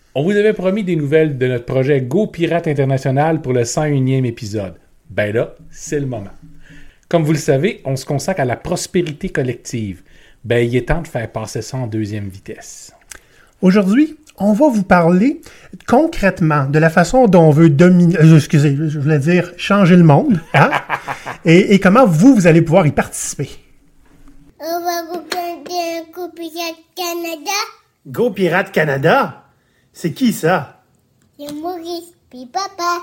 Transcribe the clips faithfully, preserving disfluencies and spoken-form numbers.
On vous avait promis des nouvelles de notre projet Go Pirate International pour le cent unième épisode. Ben là, c'est le moment. Comme vous le savez, on se consacre à la prospérité collective. Ben, il est temps de faire passer ça en deuxième vitesse. Aujourd'hui, on va vous parler concrètement de la façon dont on veut dominer, euh, excusez, je voulais dire changer le monde, hein? et, et comment vous, vous allez pouvoir y participer. On va regarder un Go Pirate Canada. Go Pirate Canada? C'est qui ça? C'est Maurice, puis papa.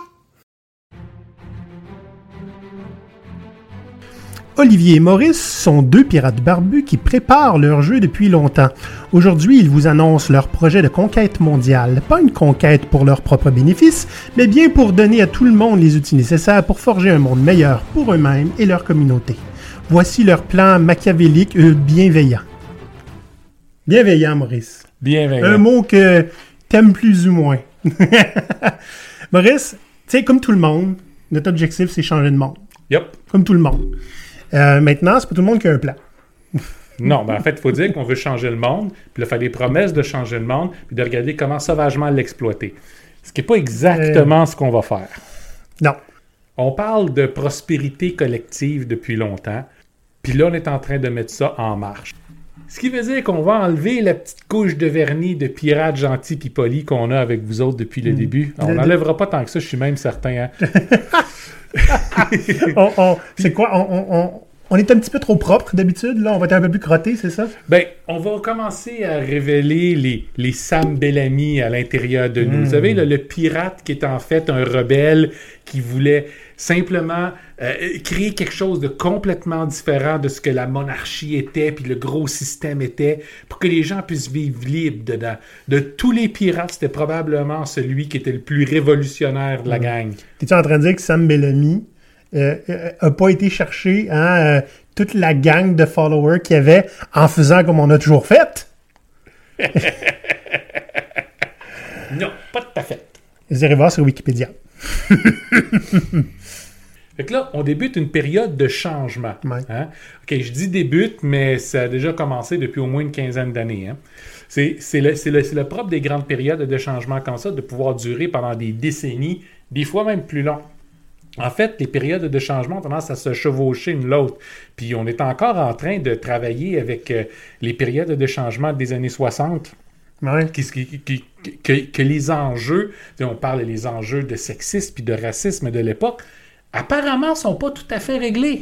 Olivier et Maurice sont deux pirates barbus qui préparent leur jeu depuis longtemps. Aujourd'hui, ils vous annoncent leur projet de conquête mondiale. Pas une conquête pour leur propre bénéfice, mais bien pour donner à tout le monde les outils nécessaires pour forger un monde meilleur pour eux-mêmes et leur communauté. Voici leur plan machiavélique euh, bienveillant. Bienveillant, Maurice. Bienveillant. Un mot que t'aimes plus ou moins. Maurice, tu sais, comme tout le monde, notre objectif, c'est changer le monde. Yep. Comme tout le monde. Euh, maintenant, c'est pas tout le monde qui a un plan. Non, ben en fait, il faut dire qu'on veut changer le monde, puis de faire des promesses de changer le monde, puis de regarder comment sauvagement l'exploiter. Ce qui n'est pas exactement euh... ce qu'on va faire. Non. On parle de prospérité collective depuis longtemps, puis là, on est en train de mettre ça en marche. Ce qui veut dire qu'on va enlever la petite couche de vernis de pirate gentil puis poli qu'on a avec vous autres depuis le mmh. début. On n'enlèvera pas tant que ça, je suis même certain. Hein? on, on, c'est quoi? On, on, on est un petit peu trop propre d'habitude, là? On va être un peu plus crotté, c'est ça? Ben, on va commencer à révéler les, les Sam Bellamy à l'intérieur de nous. Mmh. Vous savez, là, le pirate qui est en fait un rebelle qui voulait simplement euh, créer quelque chose de complètement différent de ce que la monarchie était puis le gros système était pour que les gens puissent vivre libres dedans. De tous les pirates, c'était probablement celui qui était le plus révolutionnaire de la mmh. gang. T'es-tu en train de dire que Sam Bellamy euh, euh, a pas été chercher hein, euh, toute la gang de followers qu'il y avait en faisant comme on a toujours fait? Non, pas tout à fait. Vous irez voir sur Wikipédia. Fait que là, on débute une période de changement. Ouais. Hein? OK, je dis débute, mais ça a déjà commencé depuis au moins une quinzaine d'années. Hein? C'est, c'est, le, c'est, le, c'est le propre des grandes périodes de changement comme ça, de pouvoir durer pendant des décennies, des fois même plus long. En fait, les périodes de changement ont tendance à se chevaucher une l'autre. Puis on est encore en train de travailler avec euh, les périodes de changement des années soixante. Ouais. Qui, qui, qui, que, que les enjeux, on parle des enjeux de sexisme puis de racisme de l'époque, apparemment, ne sont pas tout à fait réglés.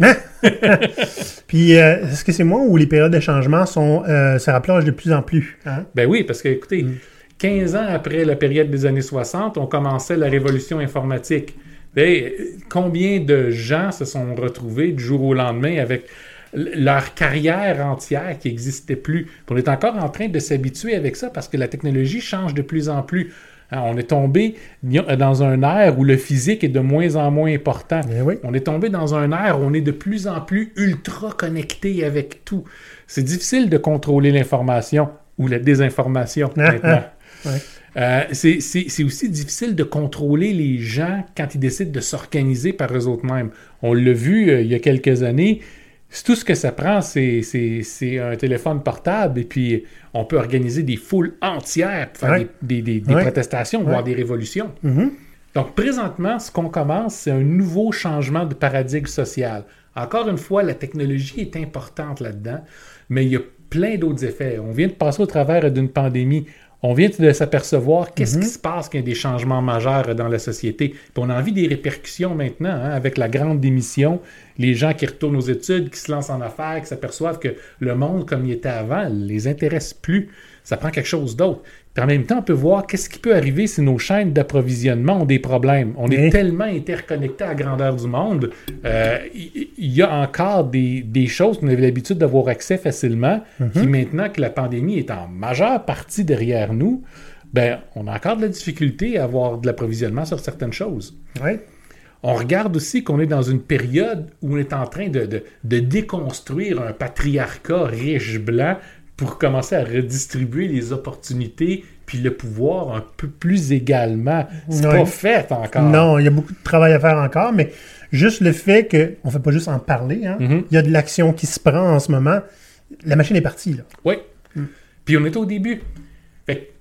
Puis, euh, est-ce que c'est moi où les périodes de changement sont, euh, se rapprochent de plus en plus? Hein? Ben oui, parce que, écoutez, mm. quinze ans après la période des années soixante, on commençait la révolution informatique. Ben, combien de gens se sont retrouvés du jour au lendemain avec leur carrière entière qui n'existait plus? Puis on est encore en train de s'habituer avec ça parce que la technologie change de plus en plus. On est tombé dans un ère où le physique est de moins en moins important. Oui. On est tombé dans un ère où on est de plus en plus ultra connecté avec tout. C'est difficile de contrôler l'information ou la désinformation maintenant. Ouais. Euh, c'est, c'est, c'est aussi difficile de contrôler les gens quand ils décident de s'organiser par eux-mêmes. On l'a vu euh, il y a quelques années. C'est tout ce que ça prend, c'est, c'est, c'est un téléphone portable et puis on peut organiser des foules entières pour faire ouais. des, des, des, des ouais. protestations, ouais. voire des révolutions. Mm-hmm. Donc, présentement, ce qu'on commence, c'est un nouveau changement de paradigme social. Encore une fois, la technologie est importante là-dedans, mais il y a plein d'autres effets. On vient de passer au travers d'une pandémie. On vient de s'apercevoir qu'est-ce mm-hmm. qui se passe quand il y a des changements majeurs dans la société. Puis on a envie des répercussions maintenant, hein, avec la grande démission, les gens qui retournent aux études, qui se lancent en affaires, qui s'aperçoivent que le monde comme il était avant ne les intéresse plus. Ça prend quelque chose d'autre. Puis en même temps, on peut voir qu'est-ce qui peut arriver si nos chaînes d'approvisionnement ont des problèmes. On est oui. tellement interconnectés à la grandeur du monde. Euh, il, il y a encore des, des choses qu'on avait l'habitude d'avoir accès facilement, mm-hmm. qui maintenant que la pandémie est en majeure partie derrière nous, ben, on a encore de la difficulté à avoir de l'approvisionnement sur certaines choses. Oui. On regarde aussi qu'on est dans une période où on est en train de, de, de déconstruire un patriarcat riche blanc pour commencer à redistribuer les opportunités puis le pouvoir un peu plus également. C'est oui. pas fait encore. Non, il y a beaucoup de travail à faire encore, mais juste le fait qu'on ne fait pas juste en parler, hein, Mm-hmm. il y a de l'action qui se prend en ce moment. La machine est partie, là. Oui. Mm. Puis on est au début. Fait, puis là,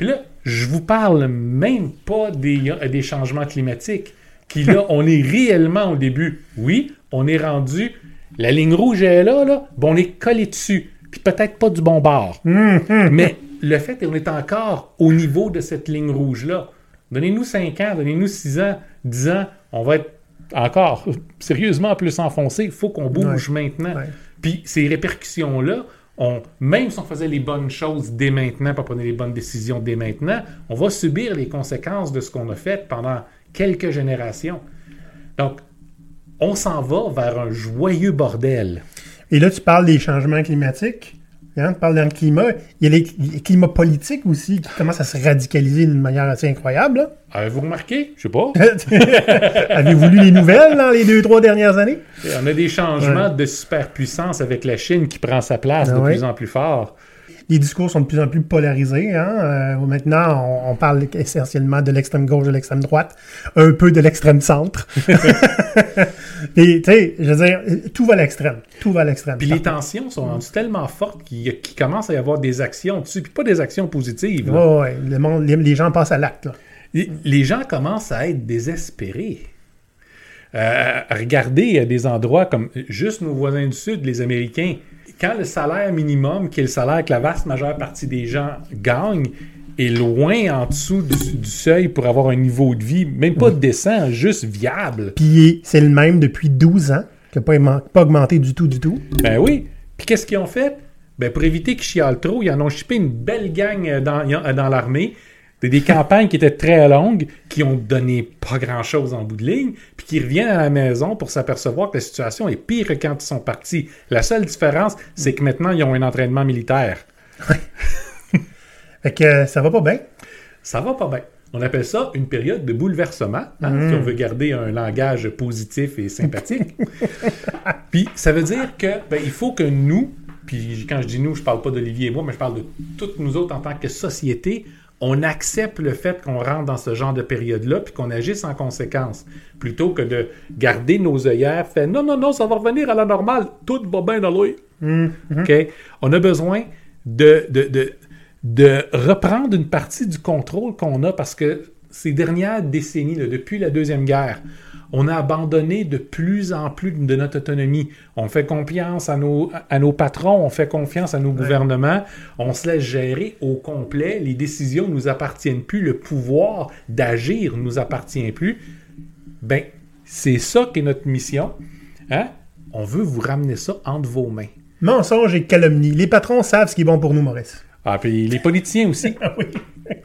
Je vous parle même pas des, des changements climatiques, qui là, on est réellement au début. Oui, on est rendu, la ligne rouge est là, là, bon, on est collé dessus, puis peut-être pas du bon bord. Mm-hmm. Mais le fait qu'on est encore au niveau de cette ligne rouge-là. Donnez-nous cinq ans, donnez-nous six ans, dix ans, on va être encore sérieusement plus enfoncé. Il faut qu'on bouge ouais. maintenant. Ouais. Puis ces répercussions-là, on, même si on faisait les bonnes choses dès maintenant, pas prendre les bonnes décisions dès maintenant, on va subir les conséquences de ce qu'on a fait pendant quelques générations. Donc, on s'en va vers un joyeux bordel. Et là, tu parles des changements climatiques. Hein, tu parles dans le climat. Il y a les, les climats politiques aussi qui commencent à se radicaliser d'une manière assez incroyable. Là. Avez-vous remarqué? Je sais pas. Avez-vous lu les nouvelles dans les deux, trois dernières années? On a des changements ouais. de superpuissance avec la Chine qui prend sa place ah, de ouais. plus en plus fort. Les discours sont de plus en plus polarisés. Hein? Euh, maintenant, on, on parle essentiellement de l'extrême gauche, de l'extrême droite, un peu de l'extrême centre. Et tu sais, je veux dire, tout va à l'extrême. Tout va à l'extrême. Puis les tensions sont rendues tellement fortes qu'il, qu'il commence à y avoir des actions dessus, puis pas des actions positives. Oui, ouais. Le monde, les, les gens passent à l'acte. Là. Les, les gens commencent à être désespérés. Euh, regardez, il y a des endroits comme juste nos voisins du Sud, les Américains, quand le salaire minimum, qui est le salaire que la vaste majeure partie des gens gagnent, est loin en dessous du, du seuil pour avoir un niveau de vie, même pas décent, juste viable. Puis c'est le même depuis douze ans, qui n'a pas, pas augmenté du tout, du tout. Ben oui. Puis qu'est-ce qu'ils ont fait? Ben pour éviter qu'ils chialent trop, ils en ont chippé une belle gang dans, dans l'armée. Des campagnes qui étaient très longues, qui ont donné pas grand-chose en bout de ligne, puis qui reviennent à la maison pour s'apercevoir que la situation est pire que quand ils sont partis. La seule différence, c'est que maintenant, ils ont un entraînement militaire. Fait que euh, ça va pas bien. Ça va pas bien. On appelle ça une période de bouleversement, hein, mmh. si on veut garder un langage positif et sympathique. Puis ça veut dire que ben, il faut que nous, puis quand je dis nous, je parle pas d'Olivier et moi, mais je parle de toutes nous autres en tant que société, on accepte le fait qu'on rentre dans ce genre de période-là puis qu'on agisse en conséquence, plutôt que de garder nos œillères, fait non, non, non, ça va revenir à la normale, tout va bien dans l'œil. Mm-hmm. Okay? On a besoin de, de, de, de reprendre une partie du contrôle qu'on a parce que ces dernières décennies, là, depuis la Deuxième Guerre, on a abandonné de plus en plus de notre autonomie. On fait confiance à nos, à nos patrons, on fait confiance à nos ouais. gouvernements, on se laisse gérer au complet, les décisions ne nous appartiennent plus, le pouvoir d'agir ne nous appartient plus. Ben, c'est ça qui est notre mission. Hein? On veut vous ramener ça entre vos mains. Mensonge et calomnie. Les patrons savent ce qui est bon pour nous, Maurice. Ah, puis les politiciens aussi. Ah oui.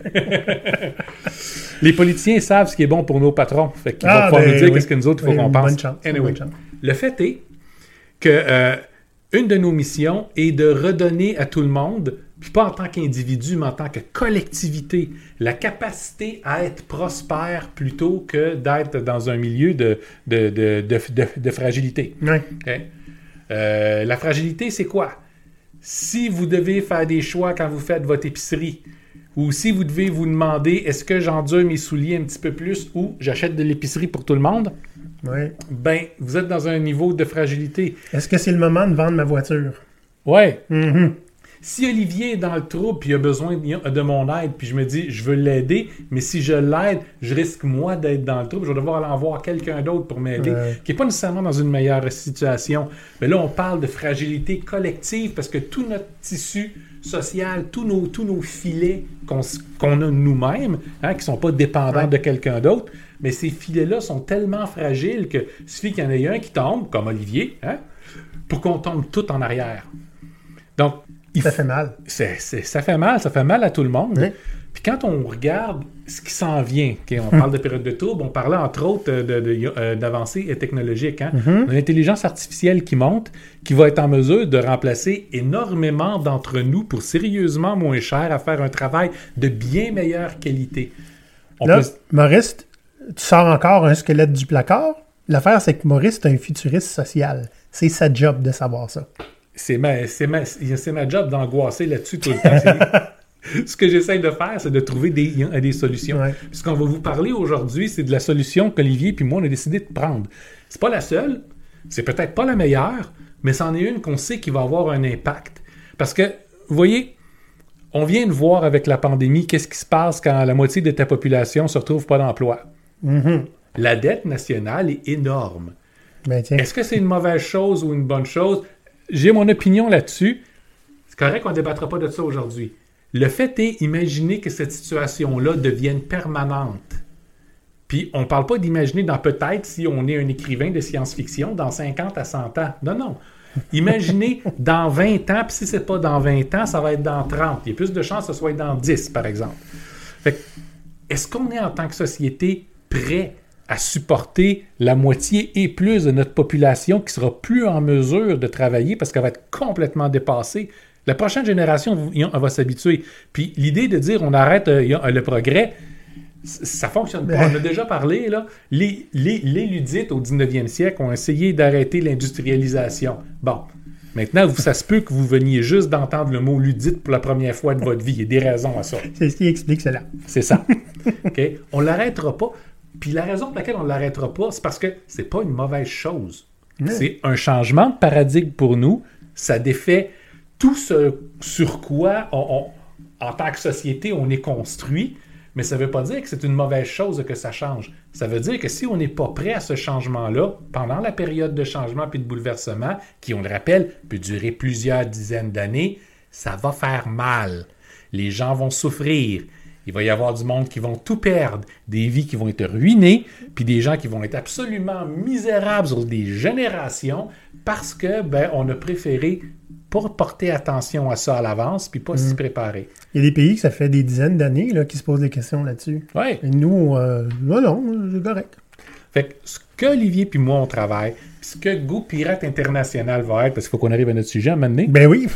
Les politiciens savent ce qui est bon pour nos patrons. Fait qu'ils ah, vont pouvoir ben, nous dire oui. qu'est-ce que nous autres, il faut oui, qu'on pense. Bonne chance. Anyway, bonne chance. Le fait est que euh, une de nos missions est de redonner à tout le monde, puis pas en tant qu'individu, mais en tant que collectivité, la capacité à être prospère plutôt que d'être dans un milieu de, de, de, de, de, de fragilité. Oui. Okay? Euh, la fragilité, c'est quoi? Si vous devez faire des choix quand vous faites votre épicerie, ou si vous devez vous demander est-ce que j'endure mes souliers un petit peu plus ou j'achète de l'épicerie pour tout le monde, oui. ben, vous êtes dans un niveau de fragilité. Est-ce que c'est le moment de vendre ma voiture? Oui. Mm-hmm. Si Olivier est dans le trouble et il a besoin de mon aide, puis je me dis je veux l'aider, mais si je l'aide, je risque moi d'être dans le trouble, je vais devoir aller en voir quelqu'un d'autre pour m'aider, ouais. qui n'est pas nécessairement dans une meilleure situation. Mais là, on parle de fragilité collective parce que tout notre tissu social, tous nos, tous nos filets qu'on, qu'on a nous-mêmes, hein, qui ne sont pas dépendants ouais. de quelqu'un d'autre, mais ces filets-là sont tellement fragiles que suffit qu'il y en ait un qui tombe, comme Olivier, hein, pour qu'on tombe tout en arrière. Donc, ça fait mal. C'est, c'est, ça fait mal, ça fait mal à tout le monde. Oui. Puis quand on regarde ce qui s'en vient, okay, on parle de période de trouble, on parlait entre autres de, de, de, euh, d'avancées technologiques. Hein? Mm-hmm. L'intelligence artificielle qui monte, qui va être en mesure de remplacer énormément d'entre nous pour sérieusement moins cher à faire un travail de bien meilleure qualité. On Là, peut... Maurice, tu sors encore un squelette du placard. L'affaire, c'est que Maurice est un futuriste social. C'est sa job de savoir ça. C'est ma, c'est, ma, c'est ma job d'angoisser là-dessus tout le temps. Ce que j'essaie de faire, c'est de trouver des, des solutions. Ouais. Ce qu'on va vous parler aujourd'hui, c'est de la solution qu'Olivier et moi, on a décidé de prendre. C'est pas la seule, c'est peut-être pas la meilleure, mais c'en est une qu'on sait qui va avoir un impact. Parce que, vous voyez, On vient de voir avec la pandémie qu'est-ce qui se passe quand la moitié de ta population ne se retrouve pas d'emploi. Mm-hmm. La dette nationale est énorme. Ben, tiens. Est-ce que c'est une mauvaise chose ou une bonne chose? J'ai mon opinion là-dessus. C'est correct qu'on ne débattra pas de ça aujourd'hui. Le fait est, imaginez que cette situation-là devienne permanente. Puis, on ne parle pas d'imaginer dans peut-être si on est un écrivain de science-fiction dans cinquante à cent ans. Non, non. Imaginez dans vingt ans, puis si ce n'est pas dans vingt ans, ça va être dans trente. Il y a plus de chances que ce soit dans dix, par exemple. Fait que, est-ce qu'on est en tant que société prêt à supporter la moitié et plus de notre population qui sera plus en mesure de travailler parce qu'elle va être complètement dépassée? La prochaine génération, elle va s'habituer. Puis l'idée de dire on arrête euh, le progrès, ça ne fonctionne pas. On a déjà parlé, là. Les, les, les Ludites au dix-neuvième siècle ont essayé d'arrêter l'industrialisation. Bon, maintenant, ça se peut que vous veniez juste d'entendre le mot ludite pour la première fois de votre vie. Il y a des raisons à ça. C'est ce qui explique cela. C'est ça. Okay? On ne l'arrêtera pas. Puis la raison pour laquelle on ne l'arrêtera pas, c'est parce que c'est pas une mauvaise chose. Ouais. C'est un changement de paradigme pour nous. Ça défait tout ce sur quoi, on, on, en tant que société, on est construit. Mais ça ne veut pas dire que c'est une mauvaise chose que ça change. Ça veut dire que si on n'est pas prêt à ce changement-là, pendant la période de changement puis de bouleversement, qui, on le rappelle, peut durer plusieurs dizaines d'années, ça va faire mal. Les gens vont souffrir. Il va y avoir du monde qui vont tout perdre, des vies qui vont être ruinées, puis des gens qui vont être absolument misérables sur des générations parce que ben on a préféré pas porter attention à ça à l'avance puis pas mmh. s'y préparer. Il y a des pays que ça fait des dizaines d'années là, qui se posent des questions là-dessus. Oui. Et nous, euh, non, non, c'est correct. Fait que ce que Olivier puis moi, on travaille, puis ce que Go Pirate International va être, parce qu'il faut qu'on arrive à notre sujet à un moment donné. Ben oui.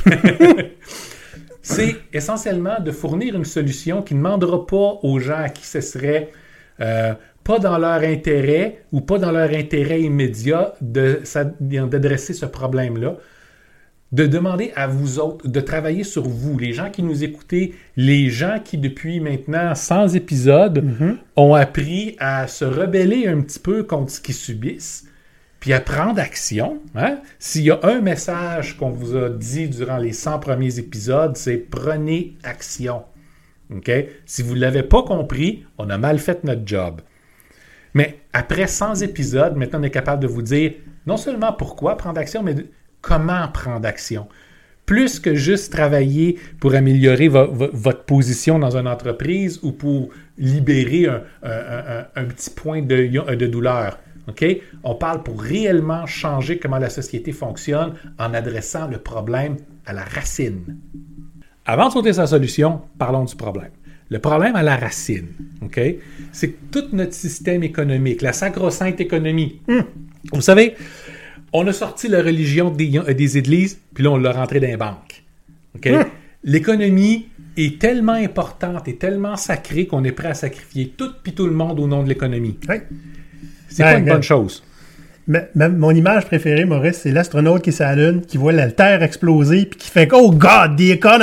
C'est essentiellement de fournir une solution qui ne demandera pas aux gens à qui ce serait euh, pas dans leur intérêt ou pas dans leur intérêt immédiat de, d'adresser ce problème-là, de demander à vous autres de travailler sur vous, les gens qui nous écoutez, les gens qui depuis maintenant cent épisodes mm-hmm. ont appris à se rebeller un petit peu contre ce qu'ils subissent, puis à prendre action. Hein? S'il y a un message qu'on vous a dit durant les cent premiers épisodes, c'est « prenez action ». Okay? Si vous ne l'avez pas compris, on a mal fait notre job. Mais après cent épisodes, maintenant on est capable de vous dire non seulement pourquoi prendre action, mais comment prendre action. Plus que juste travailler pour améliorer vo- vo- votre position dans une entreprise ou pour libérer un, un, un, un petit point de, de douleur. Okay? On parle pour réellement changer comment la société fonctionne en adressant le problème à la racine. Avant de sauter sa solution, parlons du problème. Le problème à la racine, okay? C'est que tout notre système économique, la sacro-sainte économie, mmh. vous savez, on a sorti la religion des, des églises, puis là, on l'a rentré dans les banques. Okay? Mmh. L'économie est tellement importante et tellement sacrée qu'on est prêt à sacrifier tout puis tout le monde au nom de l'économie. Oui. C'est ouais, pas une bonne chose. Mais, mais, mon image préférée, Maurice, c'est l'astronaute qui est sur la Lune, qui voit la Terre exploser, puis qui fait « Oh God, the economy! »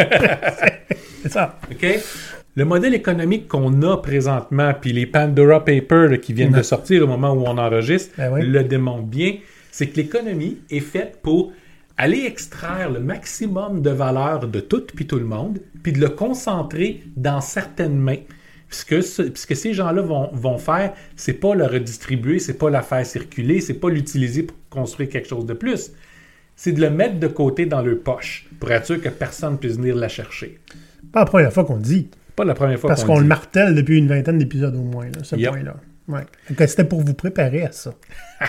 C'est ça. OK? Le modèle économique qu'on a présentement, puis les Pandora Papers là, qui viennent mmh. de sortir au moment où on enregistre, ben oui. le démontrent bien, c'est que l'économie est faite pour aller extraire le maximum de valeur de tout puis tout le monde, puis de le concentrer dans certaines mains. Puisque ce, puisque ces gens-là vont, vont faire, c'est pas le redistribuer, c'est pas la faire circuler, c'est pas l'utiliser pour construire quelque chose de plus. C'est de le mettre de côté dans leur poche pour être sûr que personne ne puisse venir la chercher. Pas la première fois qu'on le dit. Pas la première fois Parce qu'on, qu'on le le martèle depuis une vingtaine d'épisodes au moins, là, ce yep. point-là. Ouais. Donc, c'était pour vous préparer à ça.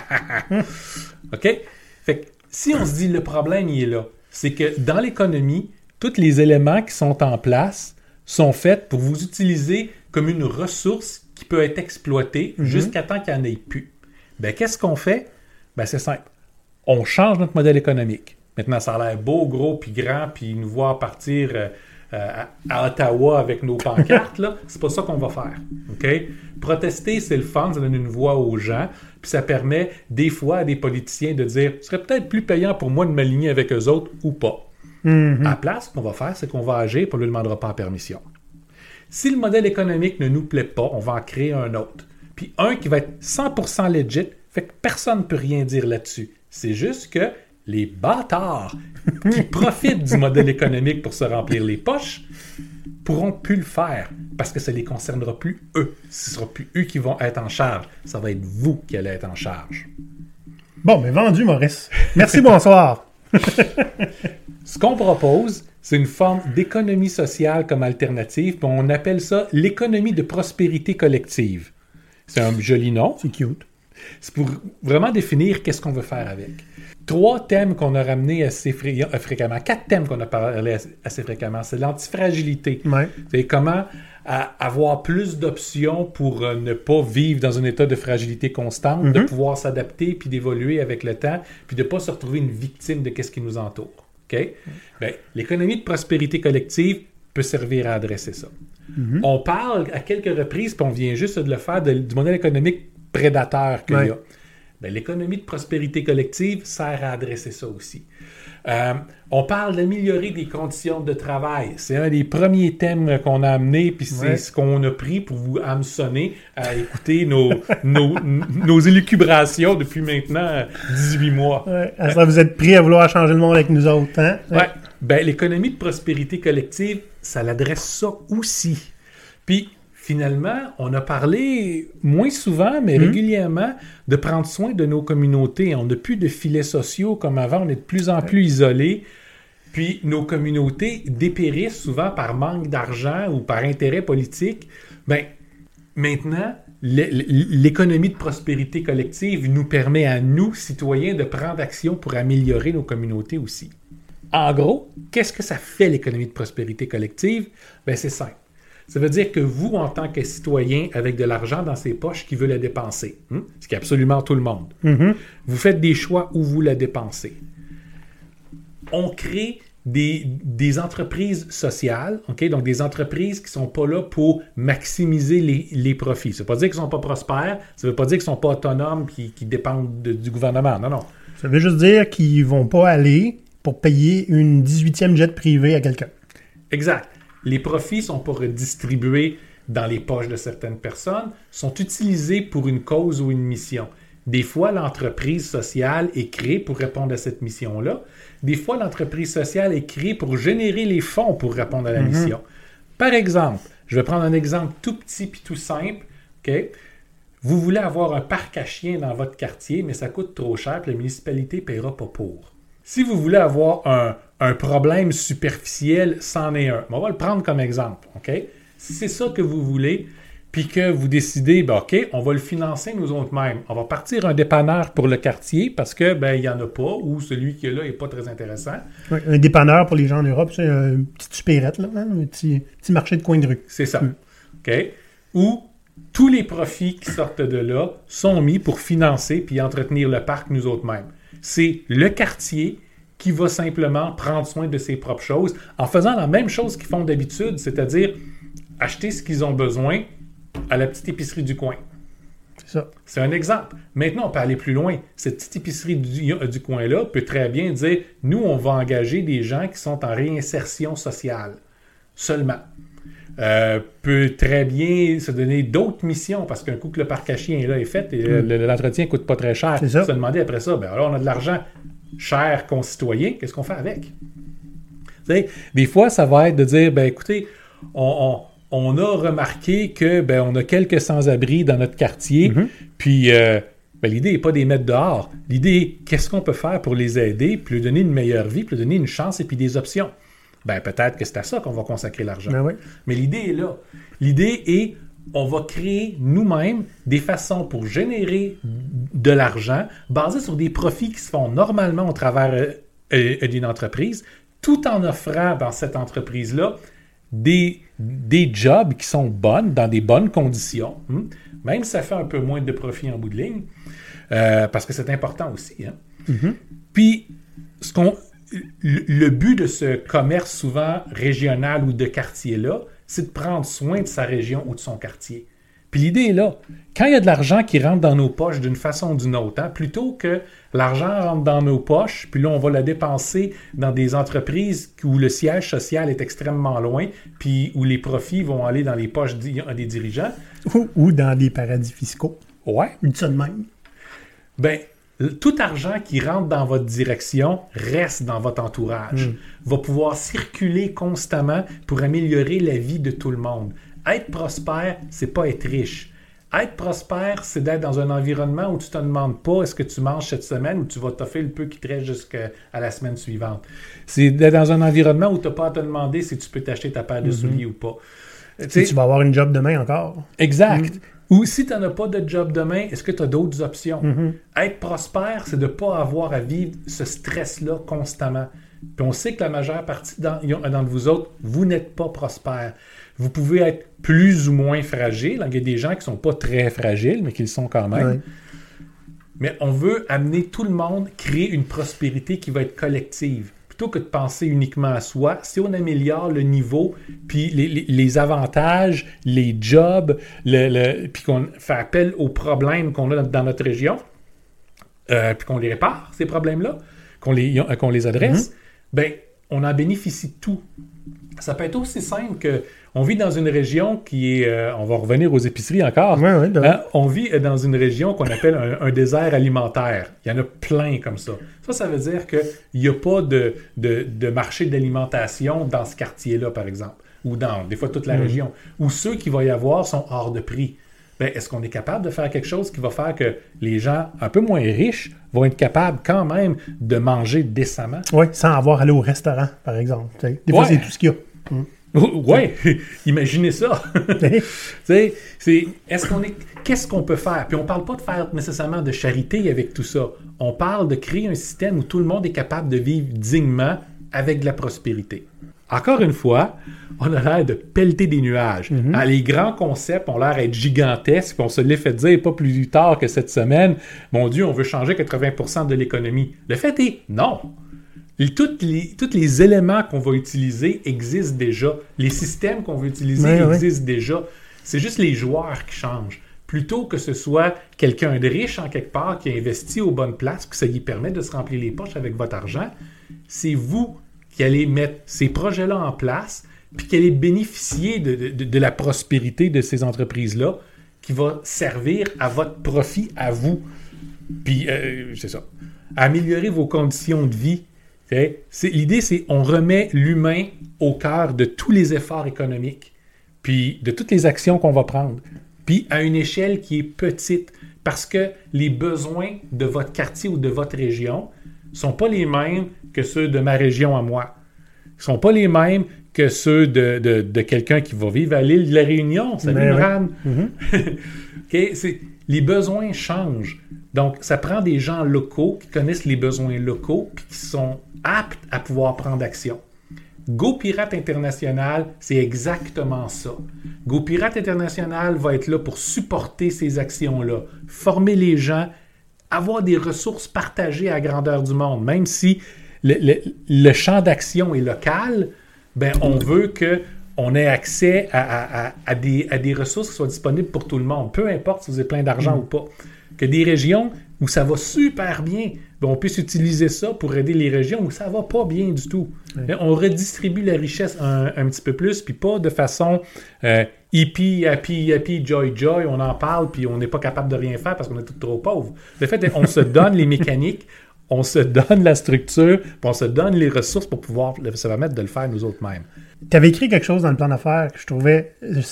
OK? Fait que si on se dit le problème, il est là, c'est que dans l'économie, tous les éléments qui sont en place sont faits pour vous utiliser comme une ressource qui peut être exploitée mm-hmm. jusqu'à temps qu'il n'y en ait plus. Bien, qu'est-ce qu'on fait? Bien, c'est simple. On change notre modèle économique. Maintenant, ça a l'air beau, gros, puis grand, puis nous voir partir euh, à, à Ottawa avec nos pancartes, là. C'est pas ça qu'on va faire. OK? Protester, c'est le fun, ça donne une voix aux gens, puis ça permet des fois à des politiciens de dire « Ce serait peut-être plus payant pour moi de m'aligner avec eux autres ou pas. Mm-hmm. » À la place, ce qu'on va faire, c'est qu'on va agir, puis on ne lui demandera pas en permission. Si le modèle économique ne nous plaît pas, on va en créer un autre. Puis un qui va être cent pour cent legit, fait que personne ne peut rien dire là-dessus. C'est juste que les bâtards qui profitent du modèle économique pour se remplir les poches pourront plus le faire parce que ça ne les concernera plus eux. Ce ne sera plus eux qui vont être en charge. Ça va être vous qui allez être en charge. Bon, mais vendu, Maurice. Merci, bonsoir. Ce qu'on propose, c'est une forme d'économie sociale comme alternative, puis on appelle ça l'économie de prospérité collective. C'est un joli nom. C'est cute. C'est pour vraiment définir qu'est-ce qu'on veut faire avec. Trois thèmes qu'on a ramenés assez fré- fréquemment. Quatre thèmes qu'on a parlé assez fréquemment. C'est l'antifragilité. Ouais. C'est comment à avoir plus d'options pour euh, ne pas vivre dans un état de fragilité constante, mm-hmm. de pouvoir s'adapter puis d'évoluer avec le temps, puis de ne pas se retrouver une victime de ce qui nous entoure. Okay? Mm-hmm. Bien, l'économie de prospérité collective peut servir à adresser ça. Mm-hmm. On parle à quelques reprises, puis on vient juste de le faire, de, du modèle économique prédateur qu'il ouais. y a. Bien, l'économie de prospérité collective sert à adresser ça aussi. Euh, on parle d'améliorer des conditions de travail. C'est un des premiers thèmes qu'on a amené, puis c'est ouais. ce qu'on a pris pour vous hameçonner à écouter nos, nos, nos élucubrations depuis maintenant dix-huit mois. Ouais. À ça, vous êtes pris à vouloir changer le monde avec nous autres, hein? Ouais. ouais. Ben, l'économie de prospérité collective, ça l'adresse ça aussi. Puis, finalement, on a parlé moins souvent, mais mmh. régulièrement, de prendre soin de nos communautés. On n'a plus de filets sociaux comme avant, on est de plus en plus isolés. Puis nos communautés dépérissent souvent par manque d'argent ou par intérêt politique. Bien, maintenant, l'économie de prospérité collective nous permet à nous, citoyens, de prendre action pour améliorer nos communautés aussi. En gros, qu'est-ce que ça fait l'économie de prospérité collective? Bien, c'est simple. Ça veut dire que vous, en tant que citoyen, avec de l'argent dans ses poches, qui veut la dépenser, hein? Ce qui est absolument tout le monde, mm-hmm. vous faites des choix où vous la dépensez. On crée des, des entreprises sociales, okay? Donc des entreprises qui ne sont pas là pour maximiser les, les profits. Ça ne veut pas dire qu'ils ne sont pas prospères, ça ne veut pas dire qu'ils ne sont pas autonomes et qu'ils dépendent de, du gouvernement. Non, non. Ça veut juste dire qu'ils ne vont pas aller pour payer une dix-huitième jet privé à quelqu'un. Exact. Les profits ne sont pas redistribués dans les poches de certaines personnes, sont utilisés pour une cause ou une mission. Des fois, l'entreprise sociale est créée pour répondre à cette mission-là. Des fois, l'entreprise sociale est créée pour générer les fonds pour répondre à la mm-hmm. mission. Par exemple, je vais prendre un exemple tout petit puis tout simple. Okay? Vous voulez avoir un parc à chiens dans votre quartier, mais ça coûte trop cher et la municipalité ne paiera pas pour. Si vous voulez avoir un, un problème superficiel, c'en est un. On va le prendre comme exemple. Okay? Si c'est ça que vous voulez, puis que vous décidez, ben OK, on va le financer nous autres mêmes. On va partir un dépanneur pour le quartier parce que ben il n'y en a pas ou celui qui est là n'est pas très intéressant. Oui, un dépanneur pour les gens en Europe, c'est une petite supérette, là, hein? un petit, petit marché de coin de rue. C'est ça. Mm. OK? Ou tous les profits qui sortent de là sont mis pour financer puis entretenir le parc nous autres mêmes. C'est le quartier qui va simplement prendre soin de ses propres choses en faisant la même chose qu'ils font d'habitude, c'est-à-dire acheter ce qu'ils ont besoin à la petite épicerie du coin. C'est ça. C'est un exemple. Maintenant, on peut aller plus loin. Cette petite épicerie du, du coin-là peut très bien dire, nous, on va engager des gens qui sont en réinsertion sociale seulement. Euh, peut très bien se donner d'autres missions parce qu'un coup que le parc à chiens là est fait, et mm. l'entretien ne coûte pas très cher. C'est ça. Se demander après ça, ben alors on a de l'argent, chers concitoyens, qu'est-ce qu'on fait avec? Vous savez, des fois, ça va être de dire, ben écoutez, on, on, on a remarqué que ben on a quelques sans-abri dans notre quartier, mm-hmm. puis euh, ben, l'idée n'est pas de les mettre dehors. L'idée est qu'est-ce qu'on peut faire pour les aider, puis leur donner une meilleure vie, puis leur donner une chance et puis des options. Ben peut-être que c'est à ça qu'on va consacrer l'argent. Ben oui. Mais l'idée est là. L'idée est, on va créer nous-mêmes des façons pour générer de l'argent basées sur des profits qui se font normalement au travers euh, d'une entreprise, tout en offrant dans cette entreprise-là des, des jobs qui sont bonnes, dans des bonnes conditions, hein? Même si ça fait un peu moins de profit en bout de ligne, euh, parce que c'est important aussi. Hein? Mm-hmm. Puis, ce qu'on... Le but de ce commerce souvent régional ou de quartier-là, c'est de prendre soin de sa région ou de son quartier. Puis l'idée est là. Quand il y a de l'argent qui rentre dans nos poches d'une façon ou d'une autre, hein, plutôt que l'argent rentre dans nos poches, puis là, on va la dépenser dans des entreprises où le siège social est extrêmement loin, puis où les profits vont aller dans les poches des dirigeants. Ou, ou dans des paradis fiscaux. Ouais. Une ça de même. Ben, Tout argent qui rentre dans votre direction reste dans votre entourage, mmh. va pouvoir circuler constamment pour améliorer la vie de tout le monde. Être prospère, c'est pas être riche. Être prospère, c'est d'être dans un environnement où tu te demandes pas est-ce que tu manges cette semaine ou tu vas toffer le peu qui te reste jusqu'à la semaine suivante. C'est d'être dans un environnement où tu n'as pas à te demander si tu peux t'acheter ta paire de mmh. souliers ou pas. Si tu vas avoir une job demain encore. Exact. Mmh. Ou si tu n'en as pas de job demain, est-ce que tu as d'autres options? Mm-hmm. Être prospère, c'est de ne pas avoir à vivre ce stress-là constamment. Puis on sait que la majeure partie d'entre vous autres, vous n'êtes pas prospère. Vous pouvez être plus ou moins fragile. Il y a des gens qui ne sont pas très fragiles, mais qui le sont quand même. Oui. Mais on veut amener tout le monde, créer une prospérité qui va être collective. Plutôt que de penser uniquement à soi, si on améliore le niveau, puis les, les, les avantages, les jobs, le, le, puis qu'on fait appel aux problèmes qu'on a dans notre région, euh, puis qu'on les répare, ces problèmes-là, qu'on les, qu'on les adresse, mm-hmm. bien, on en bénéficie tout. Ça peut être aussi simple que on vit dans une région qui est... Euh, on va revenir aux épiceries encore. Ouais, ouais, hein, on vit dans une région qu'on appelle un, un désert alimentaire. Il y en a plein comme ça. Ça, ça veut dire qu'il n'y a pas de, de, de marché d'alimentation dans ce quartier-là, par exemple, ou dans, des fois, toute la mmh. région, où ceux qu'il va y avoir sont hors de prix. Bien, est-ce qu'on est capable de faire quelque chose qui va faire que les gens un peu moins riches vont être capables quand même de manger décemment? Oui, sans avoir à aller au restaurant, par exemple. T'sais. Des fois, ouais. c'est tout ce qu'il y a. Mmh. Oui, imaginez ça. c'est, est-ce qu'on est, qu'est-ce qu'on peut faire? Puis on ne parle pas de faire nécessairement de charité avec tout ça. On parle de créer un système où tout le monde est capable de vivre dignement avec de la prospérité. Encore une fois, on a l'air de pelleter des nuages. Mm-hmm. Hein, les grands concepts ont l'air d'être gigantesques, puis on se l'est fait dire pas plus tard que cette semaine. Mon Dieu, on veut changer quatre-vingts pour cent de l'économie. Le fait est, non. Tous les, tous les éléments qu'on va utiliser existent déjà. Les systèmes qu'on va utiliser oui, existent oui. déjà. C'est juste les joueurs qui changent. Plutôt que ce soit quelqu'un de riche en quelque part qui a investi aux bonnes places, que ça lui permet de se remplir les poches avec votre argent, c'est vous qui allez mettre ces projets-là en place puis qui allez bénéficier de, de, de la prospérité de ces entreprises-là qui va servir à votre profit à vous. Puis, euh, c'est ça. Améliorer vos conditions de vie. C'est, l'idée, c'est on remet l'humain au cœur de tous les efforts économiques, puis de toutes les actions qu'on va prendre, puis à une échelle qui est petite, parce que les besoins de votre quartier ou de votre région ne sont pas les mêmes que ceux de ma région à moi. Ils ne sont pas les mêmes que ceux de, de, de quelqu'un qui va vivre à l'île de la Réunion. Salut, Moran. Mm-hmm. Okay, c'est, les besoins changent. Donc, ça prend des gens locaux qui connaissent les besoins locaux et qui sont aptes à pouvoir prendre action. GoPirate International, c'est exactement ça. GoPirate International va être là pour supporter ces actions-là, former les gens, avoir des ressources partagées à la grandeur du monde. Même si le, le, le champ d'action est local, ben, on veut qu'on ait accès à, à, à, à, des, à des ressources qui soient disponibles pour tout le monde, peu importe si vous avez plein d'argent mmh. ou pas. Que des régions où ça va super bien, ben on puisse utiliser ça pour aider les régions où ça va pas bien du tout. Oui. On redistribue la richesse un, un petit peu plus, puis pas de façon euh, hippie, happy, happy, joy, joy, on en parle, puis on n'est pas capable de rien faire parce qu'on est tous trop pauvres. Le fait, on se donne les mécaniques, on se donne la structure, puis on se donne les ressources pour pouvoir se permettre de le faire nous autres mêmes. Tu avais écrit quelque chose dans le plan d'affaires que je trouvais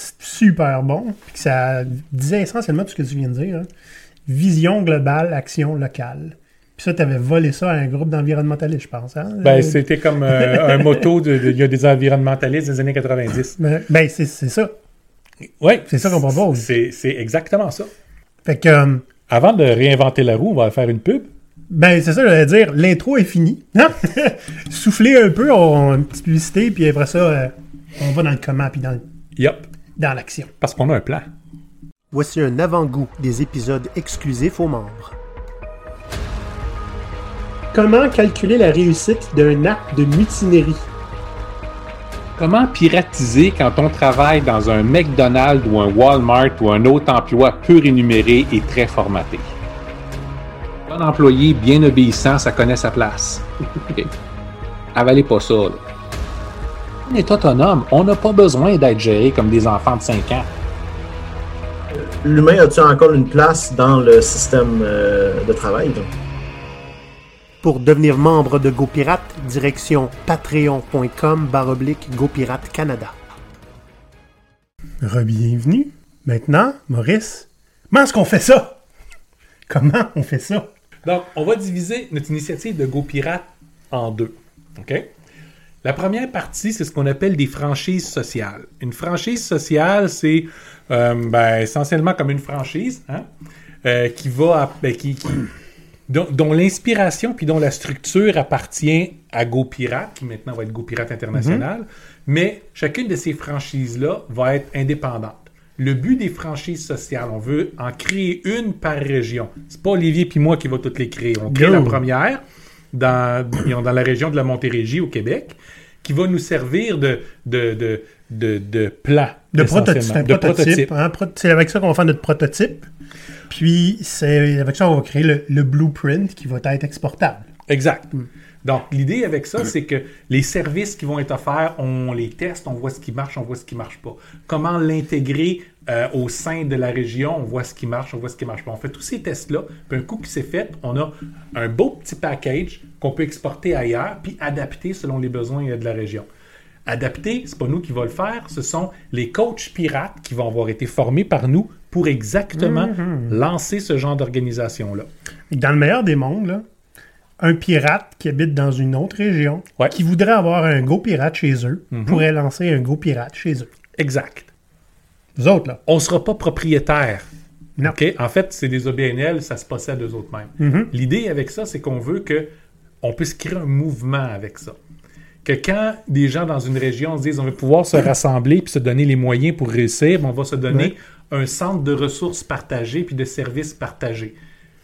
super bon, puis que ça disait essentiellement tout ce que tu viens de dire, hein. Vision globale, action locale. Puis ça, tu avais volé ça à un groupe d'environnementalistes, je pense. Hein? Ben, c'était comme euh, un motto de, de, il y a des environnementalistes des années quatre-vingt-dix. Ben, ben c'est, c'est ça. Oui. C'est ça qu'on propose. C'est, c'est exactement ça. Fait que... Euh, avant de réinventer la roue, on va faire une pub. Ben, c'est ça, j'allais dire. L'intro est finie. Non? Souffler un peu, on a une petite publicité, puis après ça, euh, on va dans le comment, puis dans, le, yep. dans l'action. Parce qu'on a un plan. Voici un avant-goût des épisodes exclusifs aux membres. Comment calculer la réussite d'un acte de mutinerie? Comment piratiser quand on travaille dans un McDonald's ou un Walmart ou un autre emploi peu rémunéré et très formaté? Un employé bien obéissant, ça connaît sa place. Okay. Avalez pas ça, là. On est autonome. On n'a pas besoin d'être géré comme des enfants de cinq ans. L'humain a-t-il encore une place dans le système euh, de travail? Donc? Pour devenir membre de GoPirate, direction patreon.com barre oblique GoPirate Canada. Re-bienvenue. Maintenant, Maurice, comment est-ce qu'on fait ça? Comment on fait ça? Donc, on va diviser notre initiative de GoPirate en deux. OK? La première partie, c'est ce qu'on appelle des franchises sociales. Une franchise sociale, c'est euh, ben, essentiellement comme une franchise hein, euh, qui va, à, ben, qui, qui, dont, dont l'inspiration puis dont la structure appartient à GoPirate, qui maintenant va être GoPirate International, mm-hmm. mais chacune de ces franchises-là va être indépendante. Le but des franchises sociales, on veut en créer une par région. C'est pas Olivier puis moi qui va toutes les créer. On crée Go. la première dans, dans la région de la Montérégie au Québec, qui va nous servir de, de, de, de, de plan. De prototype. De prototype. Hein, c'est avec ça qu'on va faire notre prototype. Puis, c'est avec ça qu'on va créer le, le blueprint qui va être exportable. Exact. Mm. Donc, l'idée avec ça, c'est que les services qui vont être offerts, on les teste, on voit ce qui marche, on voit ce qui ne marche pas. Comment l'intégrer euh, au sein de la région, on voit ce qui marche, on voit ce qui ne marche pas. On fait tous ces tests-là, puis un coup qui c'est fait, on a un beau petit package qu'on peut exporter ailleurs, puis adapter selon les besoins de la région. Adapter, c'est pas nous qui va le faire, ce sont les coachs pirates qui vont avoir été formés par nous pour exactement mm-hmm. lancer ce genre d'organisation-là. Dans le meilleur des mondes, là, un pirate qui habite dans une autre région, ouais. qui voudrait avoir un GoPirate chez eux, mm-hmm. pourrait lancer un GoPirate chez eux. Exact. Vous autres, là? On ne sera pas propriétaire. Non. Okay? En fait, c'est des O B N L, ça se possède eux autres mêmes. Mm-hmm. L'idée avec ça, c'est qu'on veut qu'on puisse créer un mouvement avec ça. Que quand des gens dans une région se disent on va pouvoir se rassembler puis se donner les moyens pour réussir, on va se donner ouais. un centre de ressources partagées puis de services partagés.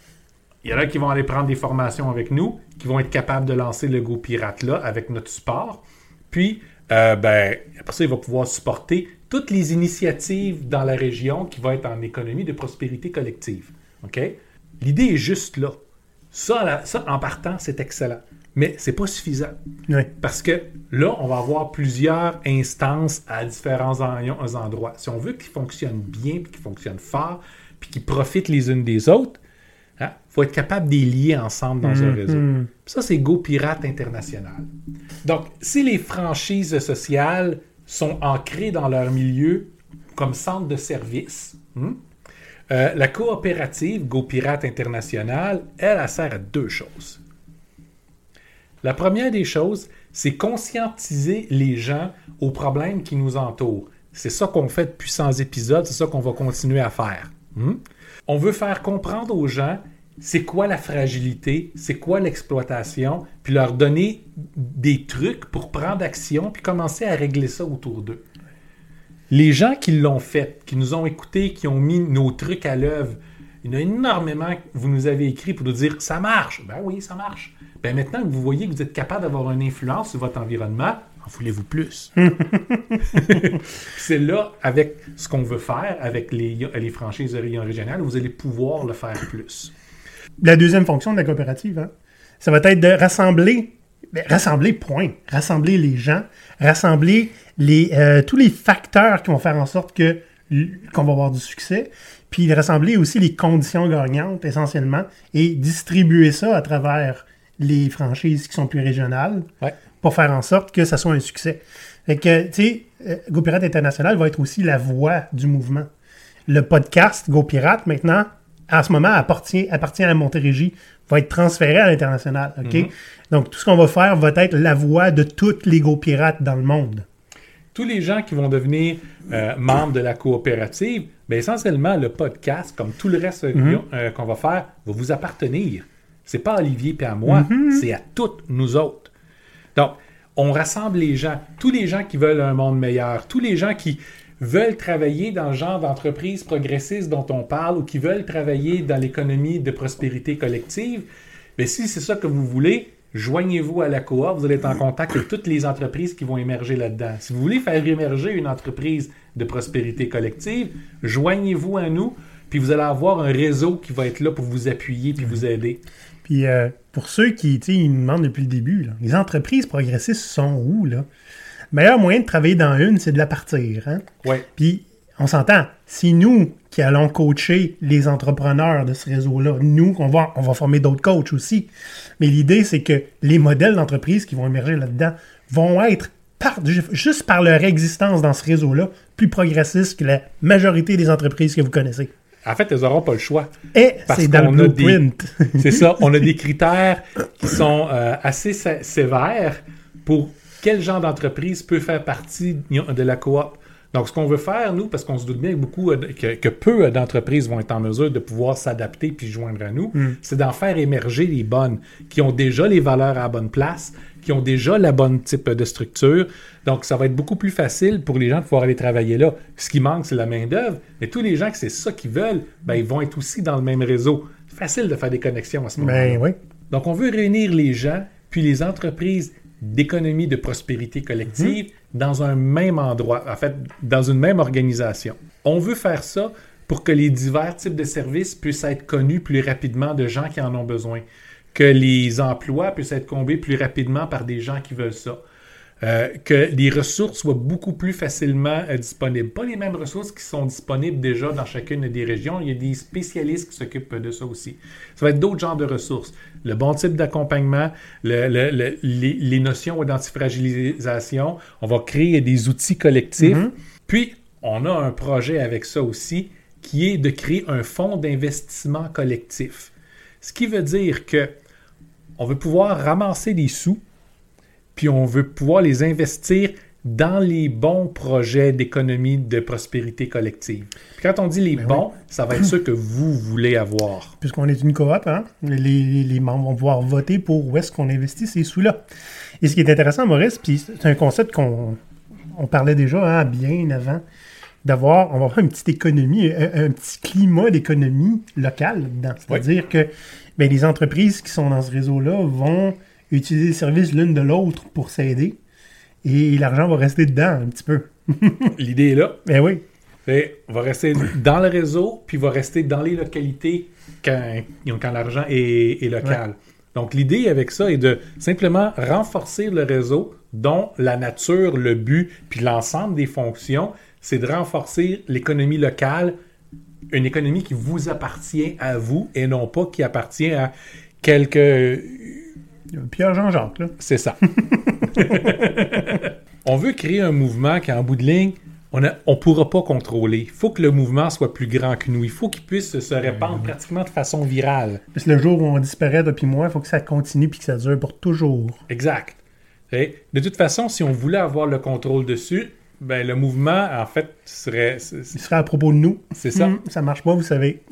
Il y en a qui vont aller prendre des formations avec nous, qui vont être capables de lancer le GoPirate là avec notre support. Puis, euh, ben, après ça, il va pouvoir supporter toutes les initiatives dans la région qui vont être en économie de prospérité collective. OK? L'idée est juste là. Ça, là, ça en partant, c'est excellent. Mais c'est pas suffisant. Oui. Parce que là, on va avoir plusieurs instances à différents en- endroits. Si on veut qu'ils fonctionnent bien, puis qu'ils fonctionnent fort, puis qu'ils profitent les unes des autres, il hein, faut être capable de les lier ensemble dans mmh, un réseau. Mmh. Ça, c'est GoPirate International. Donc, si les franchises sociales sont ancrées dans leur milieu comme centre de service, hmm, euh, la coopérative GoPirate International, elle, elle sert à deux choses. La première des choses, c'est conscientiser les gens aux problèmes qui nous entourent. C'est ça qu'on fait depuis cent épisodes, c'est ça qu'on va continuer à faire. Hmm? On veut faire comprendre aux gens c'est quoi la fragilité, c'est quoi l'exploitation, puis leur donner des trucs pour prendre action, puis commencer à régler ça autour d'eux. Les gens qui l'ont fait, qui nous ont écoutés, qui ont mis nos trucs à l'œuvre, il y en a énormément que vous nous avez écrit pour nous dire « ça marche ». Ben oui, ça marche. Ben maintenant que vous voyez que vous êtes capable d'avoir une influence sur votre environnement, en voulez-vous plus? C'est là, avec ce qu'on veut faire, avec les, les franchises de région régionale, vous allez pouvoir le faire plus. La deuxième fonction de la coopérative, hein, ça va être de rassembler, ben, rassembler, point, rassembler les gens, rassembler les, euh, tous les facteurs qui vont faire en sorte que, qu'on va avoir du succès, puis rassembler aussi les conditions gagnantes, essentiellement, et distribuer ça à travers les franchises qui sont plus régionales, ouais. pour faire en sorte que ça soit un succès. Fait que, tu sais, euh, GoPirate International va être aussi la voix du mouvement. Le podcast GoPirate, maintenant, en ce moment, appartient, appartient à la Montérégie, va être transféré à l'international. OK? Mm-hmm. Donc, tout ce qu'on va faire va être la voix de tous les GoPirates dans le monde. Tous les gens qui vont devenir euh, membres de la coopérative, bien, essentiellement, le podcast, comme tout le reste mm-hmm. euh, qu'on va faire, va vous appartenir. C'est pas à Olivier et à moi, mm-hmm. c'est à toutes nous autres. Donc, on rassemble les gens, tous les gens qui veulent un monde meilleur, tous les gens qui veulent travailler dans le genre d'entreprise progressiste dont on parle ou qui veulent travailler dans l'économie de prospérité collective. Mais si c'est ça que vous voulez, joignez-vous à la coop, vous allez être en contact avec toutes les entreprises qui vont émerger là-dedans. Si vous voulez faire émerger une entreprise de prospérité collective, joignez-vous à nous, puis vous allez avoir un réseau qui va être là pour vous appuyer puis vous aider. Puis euh, pour ceux qui, tu sais, ils nous demandent depuis le début, là, les entreprises progressistes sont où, là? Le meilleur moyen de travailler dans une, c'est de la partir, hein? Ouais. Puis on s'entend, c'est nous qui allons coacher les entrepreneurs de ce réseau-là. Nous, on va, on va former d'autres coachs aussi. Mais l'idée, c'est que les modèles d'entreprise qui vont émerger là-dedans vont être, par, juste par leur existence dans ce réseau-là, plus progressistes que la majorité des entreprises que vous connaissez. En fait, elles n'auront pas le choix. Et c'est dans le blueprint. Des, c'est ça. On a des critères qui sont euh, assez sé- sévères pour quel genre d'entreprise peut faire partie de la coop. Donc, ce qu'on veut faire, nous, parce qu'on se doute bien que, beaucoup, que, que peu d'entreprises vont être en mesure de pouvoir s'adapter puis joindre à nous, mm. c'est d'en faire émerger les bonnes, qui ont déjà les valeurs à la bonne place, qui ont déjà la bonne type de structure. Donc, ça va être beaucoup plus facile pour les gens de pouvoir aller travailler là. Ce qui manque, c'est la main-d'œuvre. Mais tous les gens que c'est ça qu'ils veulent, ben, ils vont être aussi dans le même réseau. C'est facile de faire des connexions à ce moment-là. Ben, oui. Donc, on veut réunir les gens, puis les entreprises d'économie de prospérité collective mm-hmm. dans un même endroit, en fait, dans une même organisation. On veut faire ça pour que les divers types de services puissent être connus plus rapidement de gens qui en ont besoin, que les emplois puissent être comblés plus rapidement par des gens qui veulent ça, euh, que les ressources soient beaucoup plus facilement euh, disponibles. Pas les mêmes ressources qui sont disponibles déjà dans chacune des régions. Il y a des spécialistes qui s'occupent de ça aussi. Ça va être d'autres genres de ressources. Le bon type d'accompagnement, le, le, le, les, les notions d'antifragilisation. On va créer des outils collectifs. Mm-hmm. Puis, on a un projet avec ça aussi qui est de créer un fonds d'investissement collectif. Ce qui veut dire que on veut pouvoir ramasser des sous, puis on veut pouvoir les investir dans les bons projets d'économie de prospérité collective. Puis quand on dit les Mais bons, oui. ça va être ceux que vous voulez avoir. Puisqu'on est une coop, hein, les, les, les membres vont pouvoir voter pour où est-ce qu'on investit ces sous-là. Et ce qui est intéressant, Maurice, puis c'est un concept qu'on on parlait déjà hein, bien avant, d'avoir, on va avoir une petite économie, un, un petit climat d'économie locale dedans. C'est-à-dire oui. que bien, les entreprises qui sont dans ce réseau-là vont utiliser les services l'une de l'autre pour s'aider et l'argent va rester dedans un petit peu. L'idée est là. Ben oui. Et on va rester dans le réseau, puis il va rester dans les localités quand, quand l'argent est, est local. Ouais. Donc, l'idée avec ça est de simplement renforcer le réseau dont la nature, le but, puis l'ensemble des fonctions, c'est de renforcer l'économie locale, une économie qui vous appartient à vous et non pas qui appartient à quelques... Pierre Jean-Jacques, là. C'est ça. On veut créer un mouvement qu'en bout de ligne, on ne on pourra pas contrôler. Il faut que le mouvement soit plus grand que nous. Il faut qu'il puisse se répandre mmh. pratiquement de façon virale. Parce que le jour où on disparaît depuis moi, il faut que ça continue et que ça dure pour toujours. Exact. Et de toute façon, si on voulait avoir le contrôle dessus, ben le mouvement, en fait, serait... Il serait à propos de nous. C'est ça. Mmh, ça marche pas, vous savez.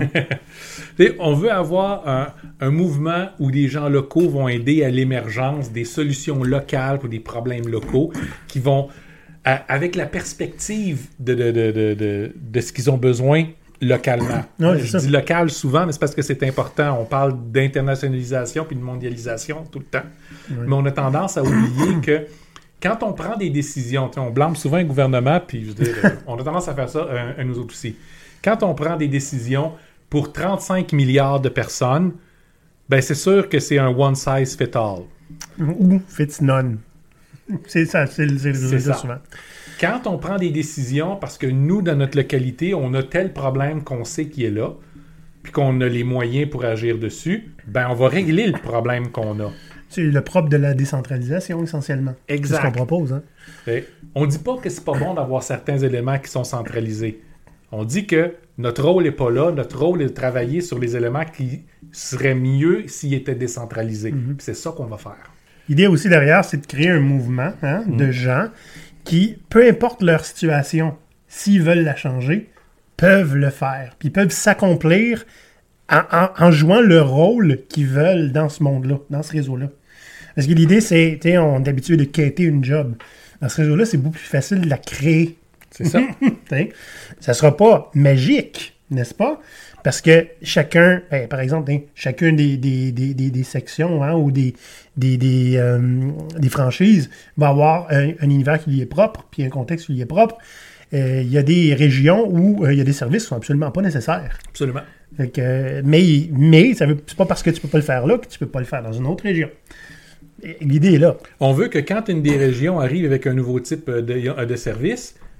On veut avoir un, un mouvement où des gens locaux vont aider à l'émergence des solutions locales pour des problèmes locaux qui vont, à, avec la perspective de, de, de, de, de, de ce qu'ils ont besoin localement. Ouais, Je ça. dis local souvent, mais c'est parce que c'est important. On parle d'internationalisation puis de mondialisation tout le temps. Ouais. Mais on a tendance à oublier que quand on prend des décisions, on blâme souvent un gouvernement, puis je veux dire, on a tendance à faire ça à, à nous autres aussi. Quand on prend des décisions pour trente-cinq milliards de personnes, ben c'est sûr que c'est un one size fit all. Ou fit none. C'est ça, c'est, c'est, c'est, c'est ça souvent. Quand on prend des décisions parce que nous, dans notre localité, on a tel problème qu'on sait qui est là, puis qu'on a les moyens pour agir dessus, ben on va régler le problème qu'on a. C'est le propre de la décentralisation, essentiellement. Exact. C'est ce qu'on propose. Hein? Et on ne dit pas que c'est pas bon d'avoir certains éléments qui sont centralisés. On dit que notre rôle n'est pas là. Notre rôle est de travailler sur les éléments qui seraient mieux s'ils étaient décentralisés. Mm-hmm. C'est ça qu'on va faire. L'idée aussi derrière, c'est de créer un mouvement hein, mm-hmm. de gens qui, peu importe leur situation, s'ils veulent la changer, peuvent le faire. Puis ils peuvent s'accomplir En, en, en jouant le rôle qu'ils veulent dans ce monde-là, dans ce réseau-là. Parce que l'idée, c'est, tu sais, on est habitué de quêter une job. Dans ce réseau-là, c'est beaucoup plus facile de la créer. C'est ça. Ça sera pas magique, n'est-ce pas? Parce que chacun, ben, par exemple, hein, chacun des, des, des, des, des sections hein, ou des, des, des, euh, des franchises va avoir un, un univers qui lui est propre, puis un contexte qui lui est propre. Il euh, y a des régions où il euh, y a des services qui sont absolument pas nécessaires. Absolument. Fait que, euh, mais mais ça veut, c'est pas parce que tu peux pas le faire là que tu peux pas le faire dans une autre région. Et l'idée est là. On veut que quand une des régions arrive avec un nouveau type de, de service,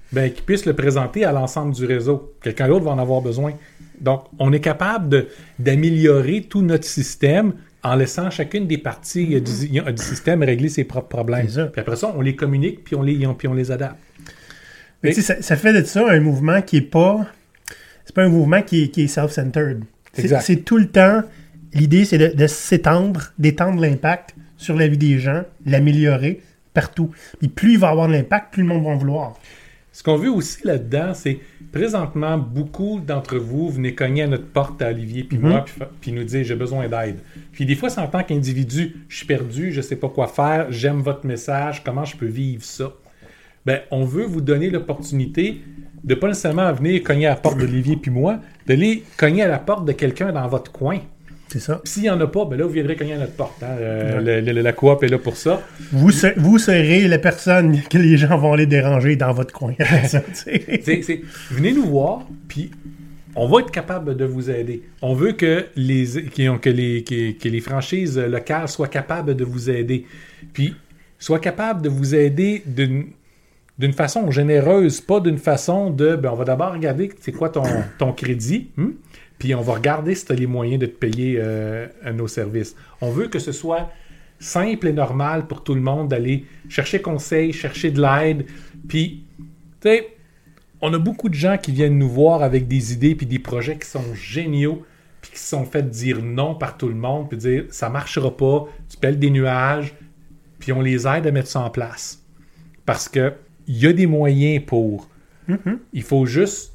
ben, qu'ils puissent le présenter à l'ensemble du réseau. Quelqu'un d'autre va en avoir besoin. Donc, on est capable de, d'améliorer tout notre système en laissant chacune des parties du, du système régler ses propres problèmes. Puis après ça, on les communique, puis on les, puis on les adapte. Mais tu sais, ça, ça fait de ça un mouvement qui est pas... C'est pas un mouvement qui est, qui est self-centered. C'est, c'est tout le temps... L'idée, c'est de, de s'étendre, d'étendre l'impact sur la vie des gens, l'améliorer partout. Puis plus il va avoir de l'impact, plus le monde va en vouloir. Ce qu'on veut aussi là-dedans, c'est présentement, beaucoup d'entre vous venez cogner à notre porte, à Olivier puis mm-hmm. moi, puis, puis nous dire « j'ai besoin d'aide ». Puis des fois, c'est en tant qu'individu, je suis perdu, je ne sais pas quoi faire, j'aime votre message, comment je peux vivre ça? Bien, on veut vous donner l'opportunité de pas nécessairement venir cogner à la porte d'Olivier puis moi, d'aller cogner à la porte de quelqu'un dans votre coin. C'est ça. S'il n'y en a pas, ben là, vous viendrez cogner à notre porte. Hein? Euh, ouais. le, le, la coop est là pour ça. Vous, se, vous serez la personne que les gens vont aller déranger dans votre coin. ça, c'est, c'est, venez nous voir, puis on va être capable de vous aider. On veut que les, que les, que, que les franchises locales soient capables de vous aider. Puis, soient capables de vous aider d'une, d'une façon généreuse, pas d'une façon de, ben, on va d'abord regarder c'est quoi ton, ton crédit, hein? Puis on va regarder si tu as les moyens de te payer euh, nos services. On veut que ce soit simple et normal pour tout le monde d'aller chercher conseil, chercher de l'aide. Puis, tu sais, on a beaucoup de gens qui viennent nous voir avec des idées puis des projets qui sont géniaux puis qui se sont fait dire non par tout le monde puis dire « ça marchera pas, tu pèles des nuages » puis on les aide à mettre ça en place. Parce que il y a des moyens pour. Mm-hmm. Il faut juste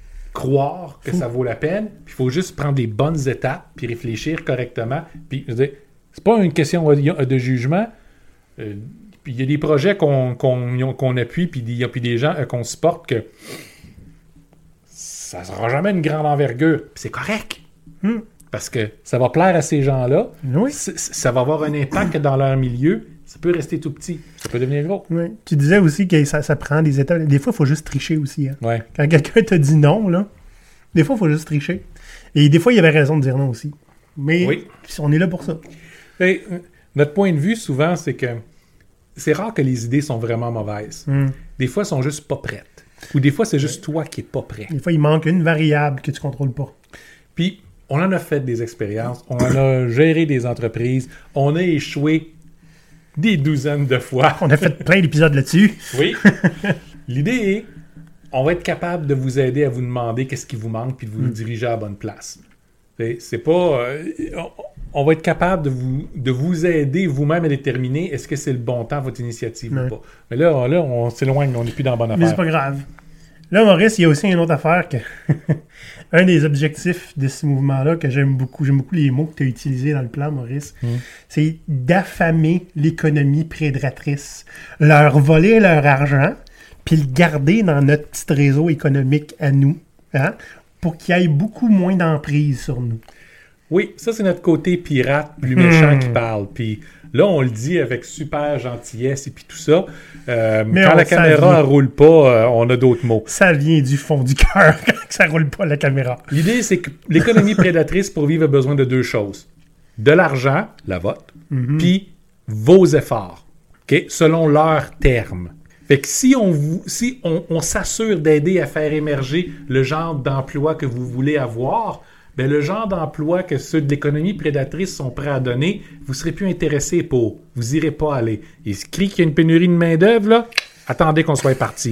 croire que Fou. ça vaut la peine, puis il faut juste prendre les bonnes étapes, puis réfléchir correctement. Puis, je veux dire, c'est pas une question de jugement. Euh, puis il y a des projets qu'on, qu'on, qu'on appuie, puis il y a puis des gens euh, qu'on supporte que ça sera jamais une grande envergure. Puis c'est correct. Hmm. Parce que ça va plaire à ces gens-là. Oui. C- ça va avoir un impact dans leur milieu. Ça peut rester tout petit. Ça peut devenir gros. Oui. Tu disais aussi que ça, ça prend des étapes. Des fois, il faut juste tricher aussi. Hein. Ouais. Quand quelqu'un te dit non, là, des fois, il faut juste tricher. Et des fois, il y avait raison de dire non aussi. Mais oui. On est là pour ça. Et, notre point de vue, souvent, c'est que c'est rare que les idées sont vraiment mauvaises. Mm. Des fois, elles sont juste pas prêtes. Ou des fois, c'est juste toi qui n'es pas prêt. Des fois, il manque une variable que tu ne contrôles pas. Puis, on en a fait des expériences. On en a géré des entreprises. On a échoué des douzaines de fois. On a fait plein d'épisodes là-dessus. Oui. L'idée est, on va être capable de vous aider à vous demander qu'est-ce qui vous manque puis de vous mm. diriger à la bonne place. C'est, c'est pas... Euh, on va être capable de vous, de vous aider vous-même à déterminer est-ce que c'est le bon temps, votre initiative ouais. ou pas. Mais là, là, on s'éloigne, on n'est plus dans la bonne affaire. Mais c'est pas grave. Là, Maurice, il y a aussi une autre affaire que... Un des objectifs de ce mouvement-là, que j'aime beaucoup, j'aime beaucoup les mots que tu as utilisés dans le plan, Maurice, mm. c'est d'affamer l'économie prédatrice. Leur voler leur argent, puis le garder dans notre petit réseau économique à nous, hein, pour qu'il y ait beaucoup moins d'emprise sur nous. Oui, ça, c'est notre côté pirate, plus méchant mm. qui parle. Puis là, on le dit avec super gentillesse et puis tout ça. Euh, quand la caméra ne roule pas, euh, on a d'autres mots. Ça vient du fond du cœur quand ça ne roule pas, la caméra. L'idée, c'est que l'économie prédatrice, pour vivre, a besoin de deux choses. De l'argent, la vôtre, mm-hmm. puis vos efforts, okay, selon leurs termes. Fait que si on, vous, si on, on s'assure d'aider à faire émerger le genre d'emploi que vous voulez avoir... Bien, le genre d'emploi que ceux de l'économie prédatrice sont prêts à donner, vous ne serez plus intéressé pour. Vous n'irez pas aller. Il se crie qu'il y a une pénurie de main-d'œuvre, là. Attendez qu'on soit parti.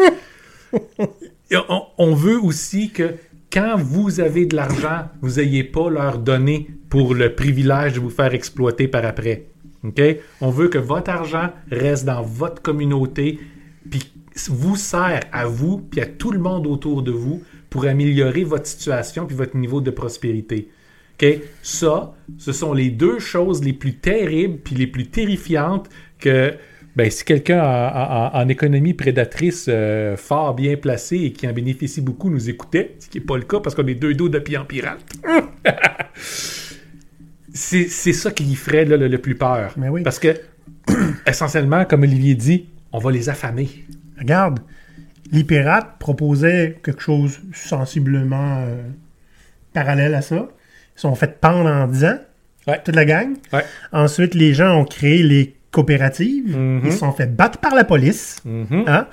on, on veut aussi que quand vous avez de l'argent, vous n'ayez pas leur donner pour le privilège de vous faire exploiter par après. Okay? On veut que votre argent reste dans votre communauté, puis vous sert à vous, puis à tout le monde autour de vous, pour améliorer votre situation puis votre niveau de prospérité. Okay? Ça, ce sont les deux choses les plus terribles puis les plus terrifiantes que ben, si quelqu'un en, en, en économie prédatrice euh, fort bien placé et qui en bénéficie beaucoup nous écoutait, ce qui n'est pas le cas parce qu'on est deux dos de pied en pirate. c'est, c'est ça qui y ferait là, le, le plus peur. Mais oui. Parce que, essentiellement, comme Olivier dit, on va les affamer. Regarde, les pirates proposaient quelque chose sensiblement euh, parallèle à ça. Ils sont fait pendre en dix ans, ouais. toute la gang. Ouais. Ensuite, les gens ont créé les coopératives. Mm-hmm. Ils se sont fait battre par la police. Mm-hmm. Hein,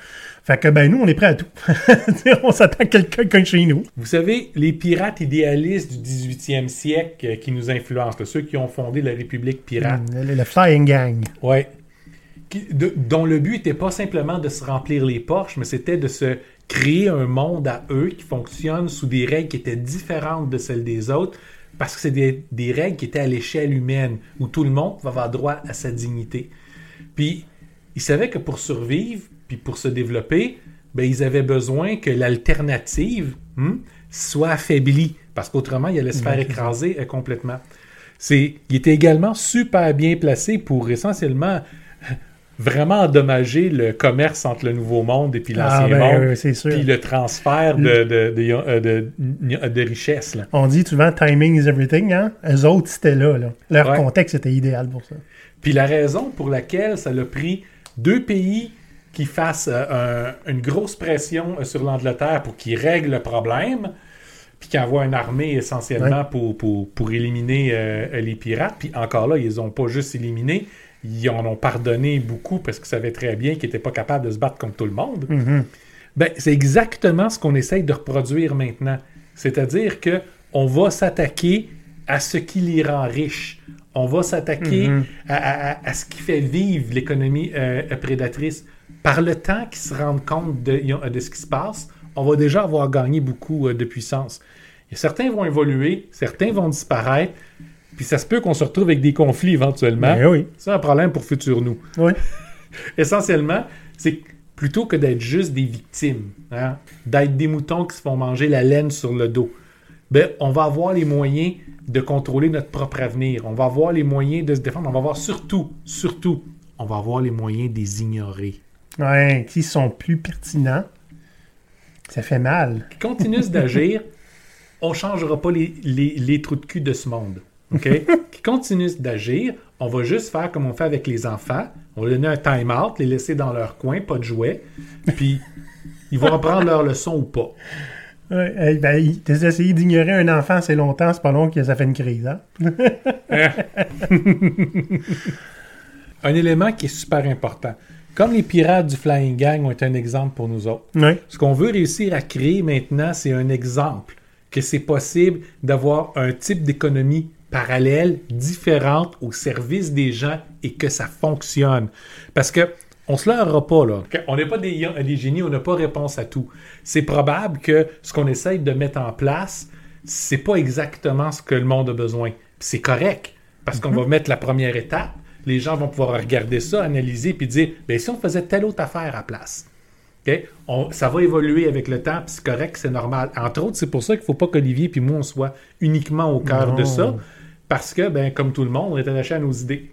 Fait que, ben, nous, on est prêts à tout. On s'attend à quelqu'un comme chez nous. Vous savez, les pirates idéalistes du dix-huitième siècle euh, qui nous influencent, là, ceux qui ont fondé la République pirate. Mm, le, le Flying Gang. Ouais. Qui, de, dont le but n'était pas simplement de se remplir les poches, mais c'était de se créer un monde à eux qui fonctionne sous des règles qui étaient différentes de celles des autres, parce que c'est des, des règles qui étaient à l'échelle humaine, où tout le monde va avoir droit à sa dignité. Puis, ils savaient que pour survivre, puis pour se développer, ben, ils avaient besoin que l'alternative hmm, soit affaiblie, parce qu'autrement, ils allaient se faire écraser euh, complètement. C'est, il était également super bien placé pour essentiellement vraiment endommager le commerce entre le Nouveau Monde et puis l'Ancien ah, ben, Monde, euh, c'est sûr. Puis le transfert de, de, de, de, de, de richesse. Là. On dit souvent « timing is everything », hein? Eux autres, c'était là, là. Leur ouais. contexte était idéal pour ça. Puis la raison pour laquelle ça l'a pris deux pays qui fassent euh, un, une grosse pression euh, sur l'Angleterre pour qu'ils règlent le problème, puis qu'ils envoient une armée essentiellement ouais. pour, pour, pour éliminer euh, les pirates. Puis encore là, ils les ont pas juste éliminés, ils en ont pardonné beaucoup parce qu'ils savaient très bien qu'ils n'étaient pas capables de se battre comme tout le monde. Mm-hmm. Ben, c'est exactement ce qu'on essaye de reproduire maintenant. C'est-à-dire qu'on va s'attaquer à ce qui les rend riches. On va s'attaquer mm-hmm. à, à, à ce qui fait vivre l'économie euh, prédatrice. Par le temps qu'ils se rendent compte de, de ce qui se passe, on va déjà avoir gagné beaucoup euh, de puissance. Et certains vont évoluer, certains vont disparaître, puis ça se peut qu'on se retrouve avec des conflits éventuellement. Ben oui. C'est un problème pour futur nous. Oui. Essentiellement, c'est plutôt que d'être juste des victimes, hein, d'être des moutons qui se font manger la laine sur le dos, ben, on va avoir les moyens de contrôler notre propre avenir. On va avoir les moyens de se défendre. On va avoir surtout, surtout, on va avoir les moyens de les ignorer. Oui, qui sont plus pertinents. Ça fait mal. Qui continuent d'agir, on ne changera pas les, les, les trous de cul de ce monde. OK? Qui continuent d'agir, on va juste faire comme on fait avec les enfants. On va donner un time-out, les laisser dans leur coin, pas de jouets, puis ils vont apprendre leur leçon ou pas. Ouais, ben, essayer d'ignorer un enfant assez longtemps, c'est pas long que ça fait une crise, hein? Un élément qui est super important. Comme les pirates du Flying Gang ont été un exemple pour nous autres. Oui. Ce qu'on veut réussir à créer maintenant, c'est un exemple que c'est possible d'avoir un type d'économie parallèle, différente, au service des gens et que ça fonctionne. Parce que on se leurrera pas, là. On n'est pas des, des génies, on n'a pas réponse à tout. C'est probable que ce qu'on essaye de mettre en place, c'est pas exactement ce que le monde a besoin. Puis c'est correct, parce mm-hmm. qu'on va mettre la première étape. Les gens vont pouvoir regarder ça, analyser, puis dire, bien, si on faisait telle autre affaire à place, okay? on, ça va évoluer avec le temps, puis c'est correct, c'est normal. Entre autres, c'est pour ça qu'il ne faut pas qu'Olivier puis moi, on soit uniquement au cœur non. de ça, parce que, ben, comme tout le monde, on est attaché à nos idées.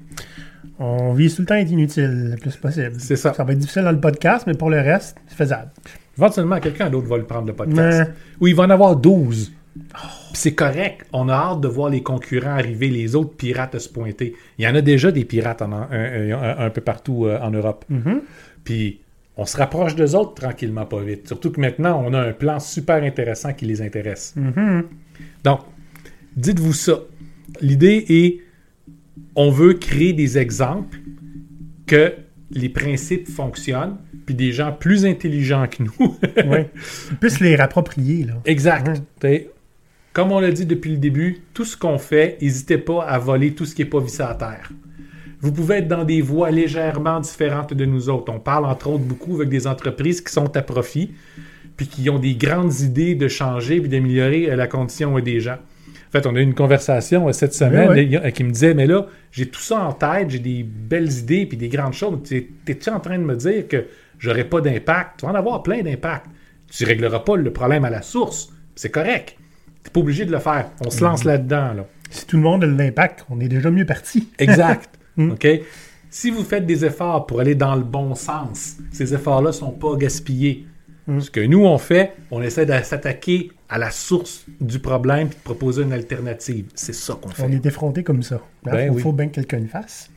On vise tout le temps à être inutile le plus possible. C'est ça. Ça va être difficile dans le podcast, mais pour le reste, c'est faisable. Éventuellement, quelqu'un d'autre va le prendre, le podcast. Mais... Ou il va en avoir douze. Oh. C'est correct. On a hâte de voir les concurrents arriver, les autres pirates se pointer. Il y en a déjà des pirates en, un, un, un, un peu partout euh, en Europe. Mm-hmm. Puis, on se rapproche d'eux autres tranquillement, pas vite. Surtout que maintenant, on a un plan super intéressant qui les intéresse. Mm-hmm. Donc, dites-vous ça. L'idée est, on veut créer des exemples que les principes fonctionnent, puis des gens plus intelligents que nous. Oui. Ils puissent les rapproprier, là. Exact. Mm-hmm. Comme on l'a dit depuis le début, tout ce qu'on fait, n'hésitez pas à voler tout ce qui n'est pas vissé à terre. Vous pouvez être dans des voies légèrement différentes de nous autres. On parle entre autres beaucoup avec des entreprises qui sont à profit, puis qui ont des grandes idées de changer puis d'améliorer la condition des gens. En fait, on a eu une conversation cette semaine oui, oui. qui me disait, mais là, j'ai tout ça en tête, j'ai des belles idées puis des grandes choses. T'es-tu en train de me dire que j'aurai pas d'impact? Tu vas en avoir plein d'impact. Tu régleras pas le problème à la source. C'est correct. T'es pas obligé de le faire. On se lance mmh. là-dedans. Là. Si tout le monde a de l'impact, on est déjà mieux parti. Exact. mmh. OK? Si vous faites des efforts pour aller dans le bon sens, ces efforts-là sont pas gaspillés. Mmh. Ce que nous, on fait, on essaie de s'attaquer à la source du problème et de proposer une alternative. C'est ça qu'on fait. On est effronté comme ça. Il ben faut, oui. faut bien que quelqu'un le fasse.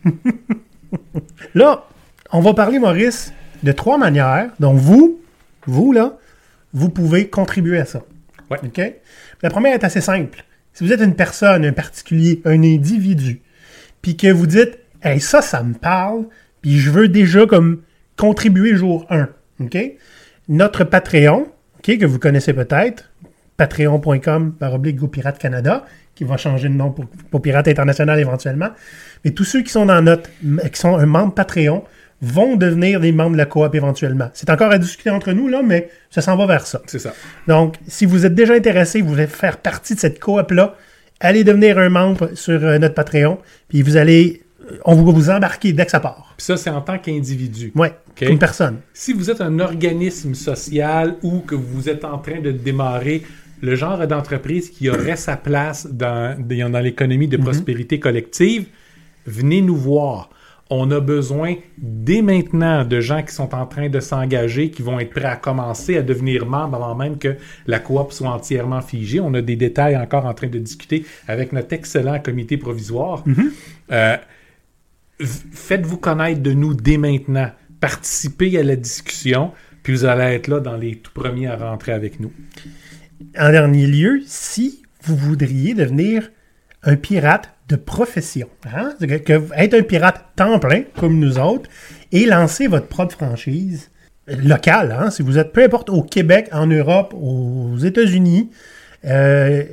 Là, on va parler, Maurice, de trois manières dont vous, vous, là, vous pouvez contribuer à ça. Ouais. OK? La première est assez simple. Si vous êtes une personne, un particulier, un individu, puis que vous dites « Hey, ça, ça me parle, puis je veux déjà comme contribuer jour un. OK? notre Patreon, okay, que vous connaissez peut-être, patreon point com par oblique GoPirate Canada, qui va changer de nom pour, pour Pirate International éventuellement. Mais tous ceux qui sont dans notre, qui sont un membre Patreon, vont devenir des membres de la coop éventuellement. C'est encore à discuter entre nous, là, mais ça s'en va vers ça. C'est ça. Donc, si vous êtes déjà intéressé, vous voulez faire partie de cette coop-là, allez devenir un membre sur euh, notre Patreon, puis vous allez, on va vous embarquer dès que ça part. Puis ça, c'est en tant qu'individu. Oui, okay? Une personne. Si vous êtes un organisme social ou que vous êtes en train de démarrer le genre d'entreprise qui aurait sa place dans, dans l'économie de prospérité mm-hmm. collective, venez nous voir. On a besoin dès maintenant de gens qui sont en train de s'engager, qui vont être prêts à commencer à devenir membres avant même que la coop soit entièrement figée. On a des détails encore en train de discuter avec notre excellent comité provisoire. Mm-hmm. Euh, faites-vous connaître de nous dès maintenant. Participez à la discussion, puis vous allez être là dans les tout premiers à rentrer avec nous. En dernier lieu, si vous voudriez devenir un pirate de profession, hein? que, que, être un pirate temps plein, comme nous autres, et lancer votre propre franchise locale, hein? Si vous êtes, peu importe, au Québec, en Europe, aux États-Unis, euh,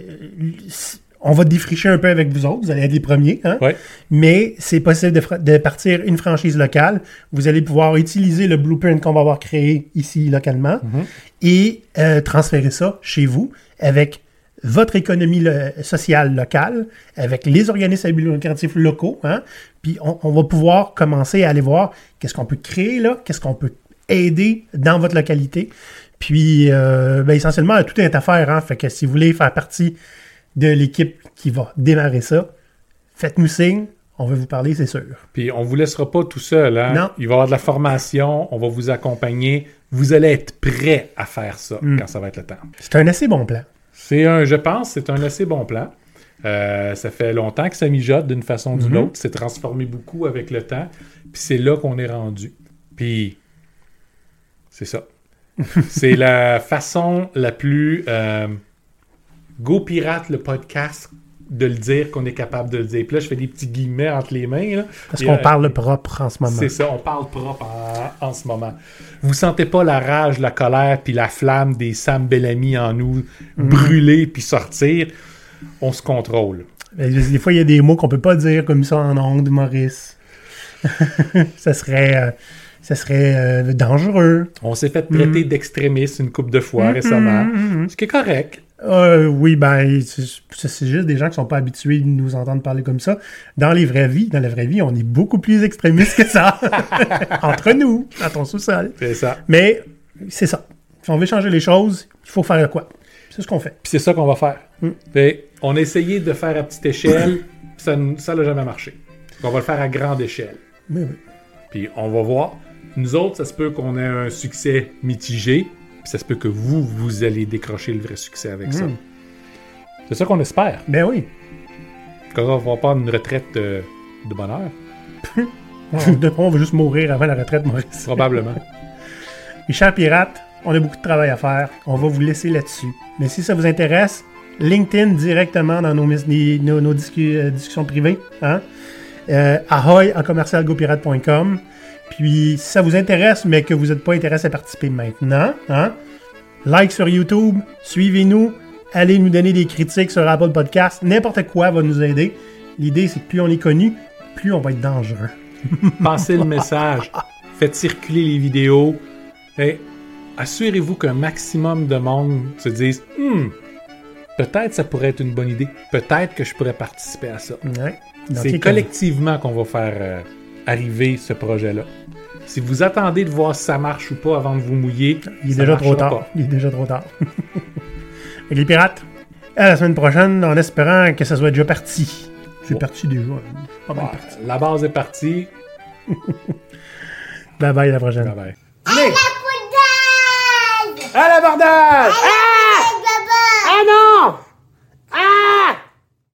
on va défricher un peu avec vous autres, vous allez être les premiers, hein? Ouais. Mais c'est possible de, de partir une franchise locale, vous allez pouvoir utiliser le blueprint qu'on va avoir créé ici, localement, mm-hmm. et euh, transférer ça chez vous, avec votre économie le, sociale locale, avec les organismes à but lucratif locaux, hein, puis on, on va pouvoir commencer à aller voir qu'est-ce qu'on peut créer là, qu'est-ce qu'on peut aider dans votre localité, puis euh, ben, essentiellement, tout est à faire, hein, fait que si vous voulez faire partie de l'équipe qui va démarrer ça, faites-nous signe, on va vous parler, c'est sûr. Puis on vous laissera pas tout seul, hein? Non. Il va y avoir de la formation, on va vous accompagner, vous allez être prêts à faire ça mm. quand ça va être le temps. C'est un assez bon plan. C'est un, je pense, c'est un assez bon plan. Euh, ça fait longtemps que ça mijote d'une façon ou d'une mm-hmm. autre. C'est transformé beaucoup avec le temps. Puis c'est là qu'on est rendu. Puis c'est ça. C'est la façon la plus euh, Go Pirate, le podcast, de le dire qu'on est capable de le dire. Puis là, je fais des petits guillemets entre les mains. Là. Parce Et qu'on euh, parle propre en ce moment. C'est ça, on parle propre en, en ce moment. Vous sentez pas la rage, la colère, puis la flamme des Sam Bellamy en nous mm. brûler puis sortir. On se contrôle. Mais des fois, il y a des mots qu'on peut pas dire comme ça en ondes, Maurice. ça serait... Euh... Ça serait euh, dangereux. On s'est fait traiter mm. d'extrémiste une couple de fois mm-hmm, récemment. Mm-hmm. Ce qui est correct. Euh, oui, ben, c'est, c'est juste des gens qui sont pas habitués de nous entendre parler comme ça. Dans les vraies vies, dans la vraie vie, on est beaucoup plus extrémistes que ça. Entre nous, à ton sous-sol. C'est ça. Mais c'est ça. Si on veut changer les choses, il faut faire quoi? C'est ce qu'on fait. Puis c'est ça qu'on va faire. Mm. Puis on a essayé de faire à petite échelle, puis ça n'a jamais marché. On va le faire à grande échelle. Oui, oui. Puis on va voir. Nous autres, ça se peut qu'on ait un succès mitigé, puis ça se peut que vous, vous allez décrocher le vrai succès avec mmh. ça. C'est ça qu'on espère. Ben oui. Quand on va prendre une retraite euh, de bonheur. On va juste mourir avant la retraite, Maurice. Probablement. Mes chers pirates, on a beaucoup de travail à faire. On va vous laisser là-dessus. Mais si ça vous intéresse, LinkedIn directement dans nos, nos, nos discu- euh, discussions privées. Hein? Euh, ahoy en commercial go pirate point com. Puis, si ça vous intéresse, mais que vous n'êtes pas intéressé à participer maintenant, hein, like sur YouTube, suivez-nous, allez nous donner des critiques sur Apple Podcast, n'importe quoi va nous aider. L'idée, c'est que plus on est connu, plus on va être dangereux. Passez le message, faites circuler les vidéos, et assurez-vous qu'un maximum de monde se dise hmm, peut-être ça pourrait être une bonne idée, peut-être que je pourrais participer à ça. Ouais. C'est collectivement qu'on va faire... Euh, arriver ce projet-là. Si vous attendez de voir si ça marche ou pas avant de vous mouiller, il est déjà trop tard. Pas. Il est déjà trop tard. Et les pirates, à la semaine prochaine, en espérant que ça soit déjà parti. C'est bon. Parti déjà. Pas mal ouais, parti. La base est partie. Bye bye, à la prochaine. Bye bye. À la bordade! À la bordade! Ah!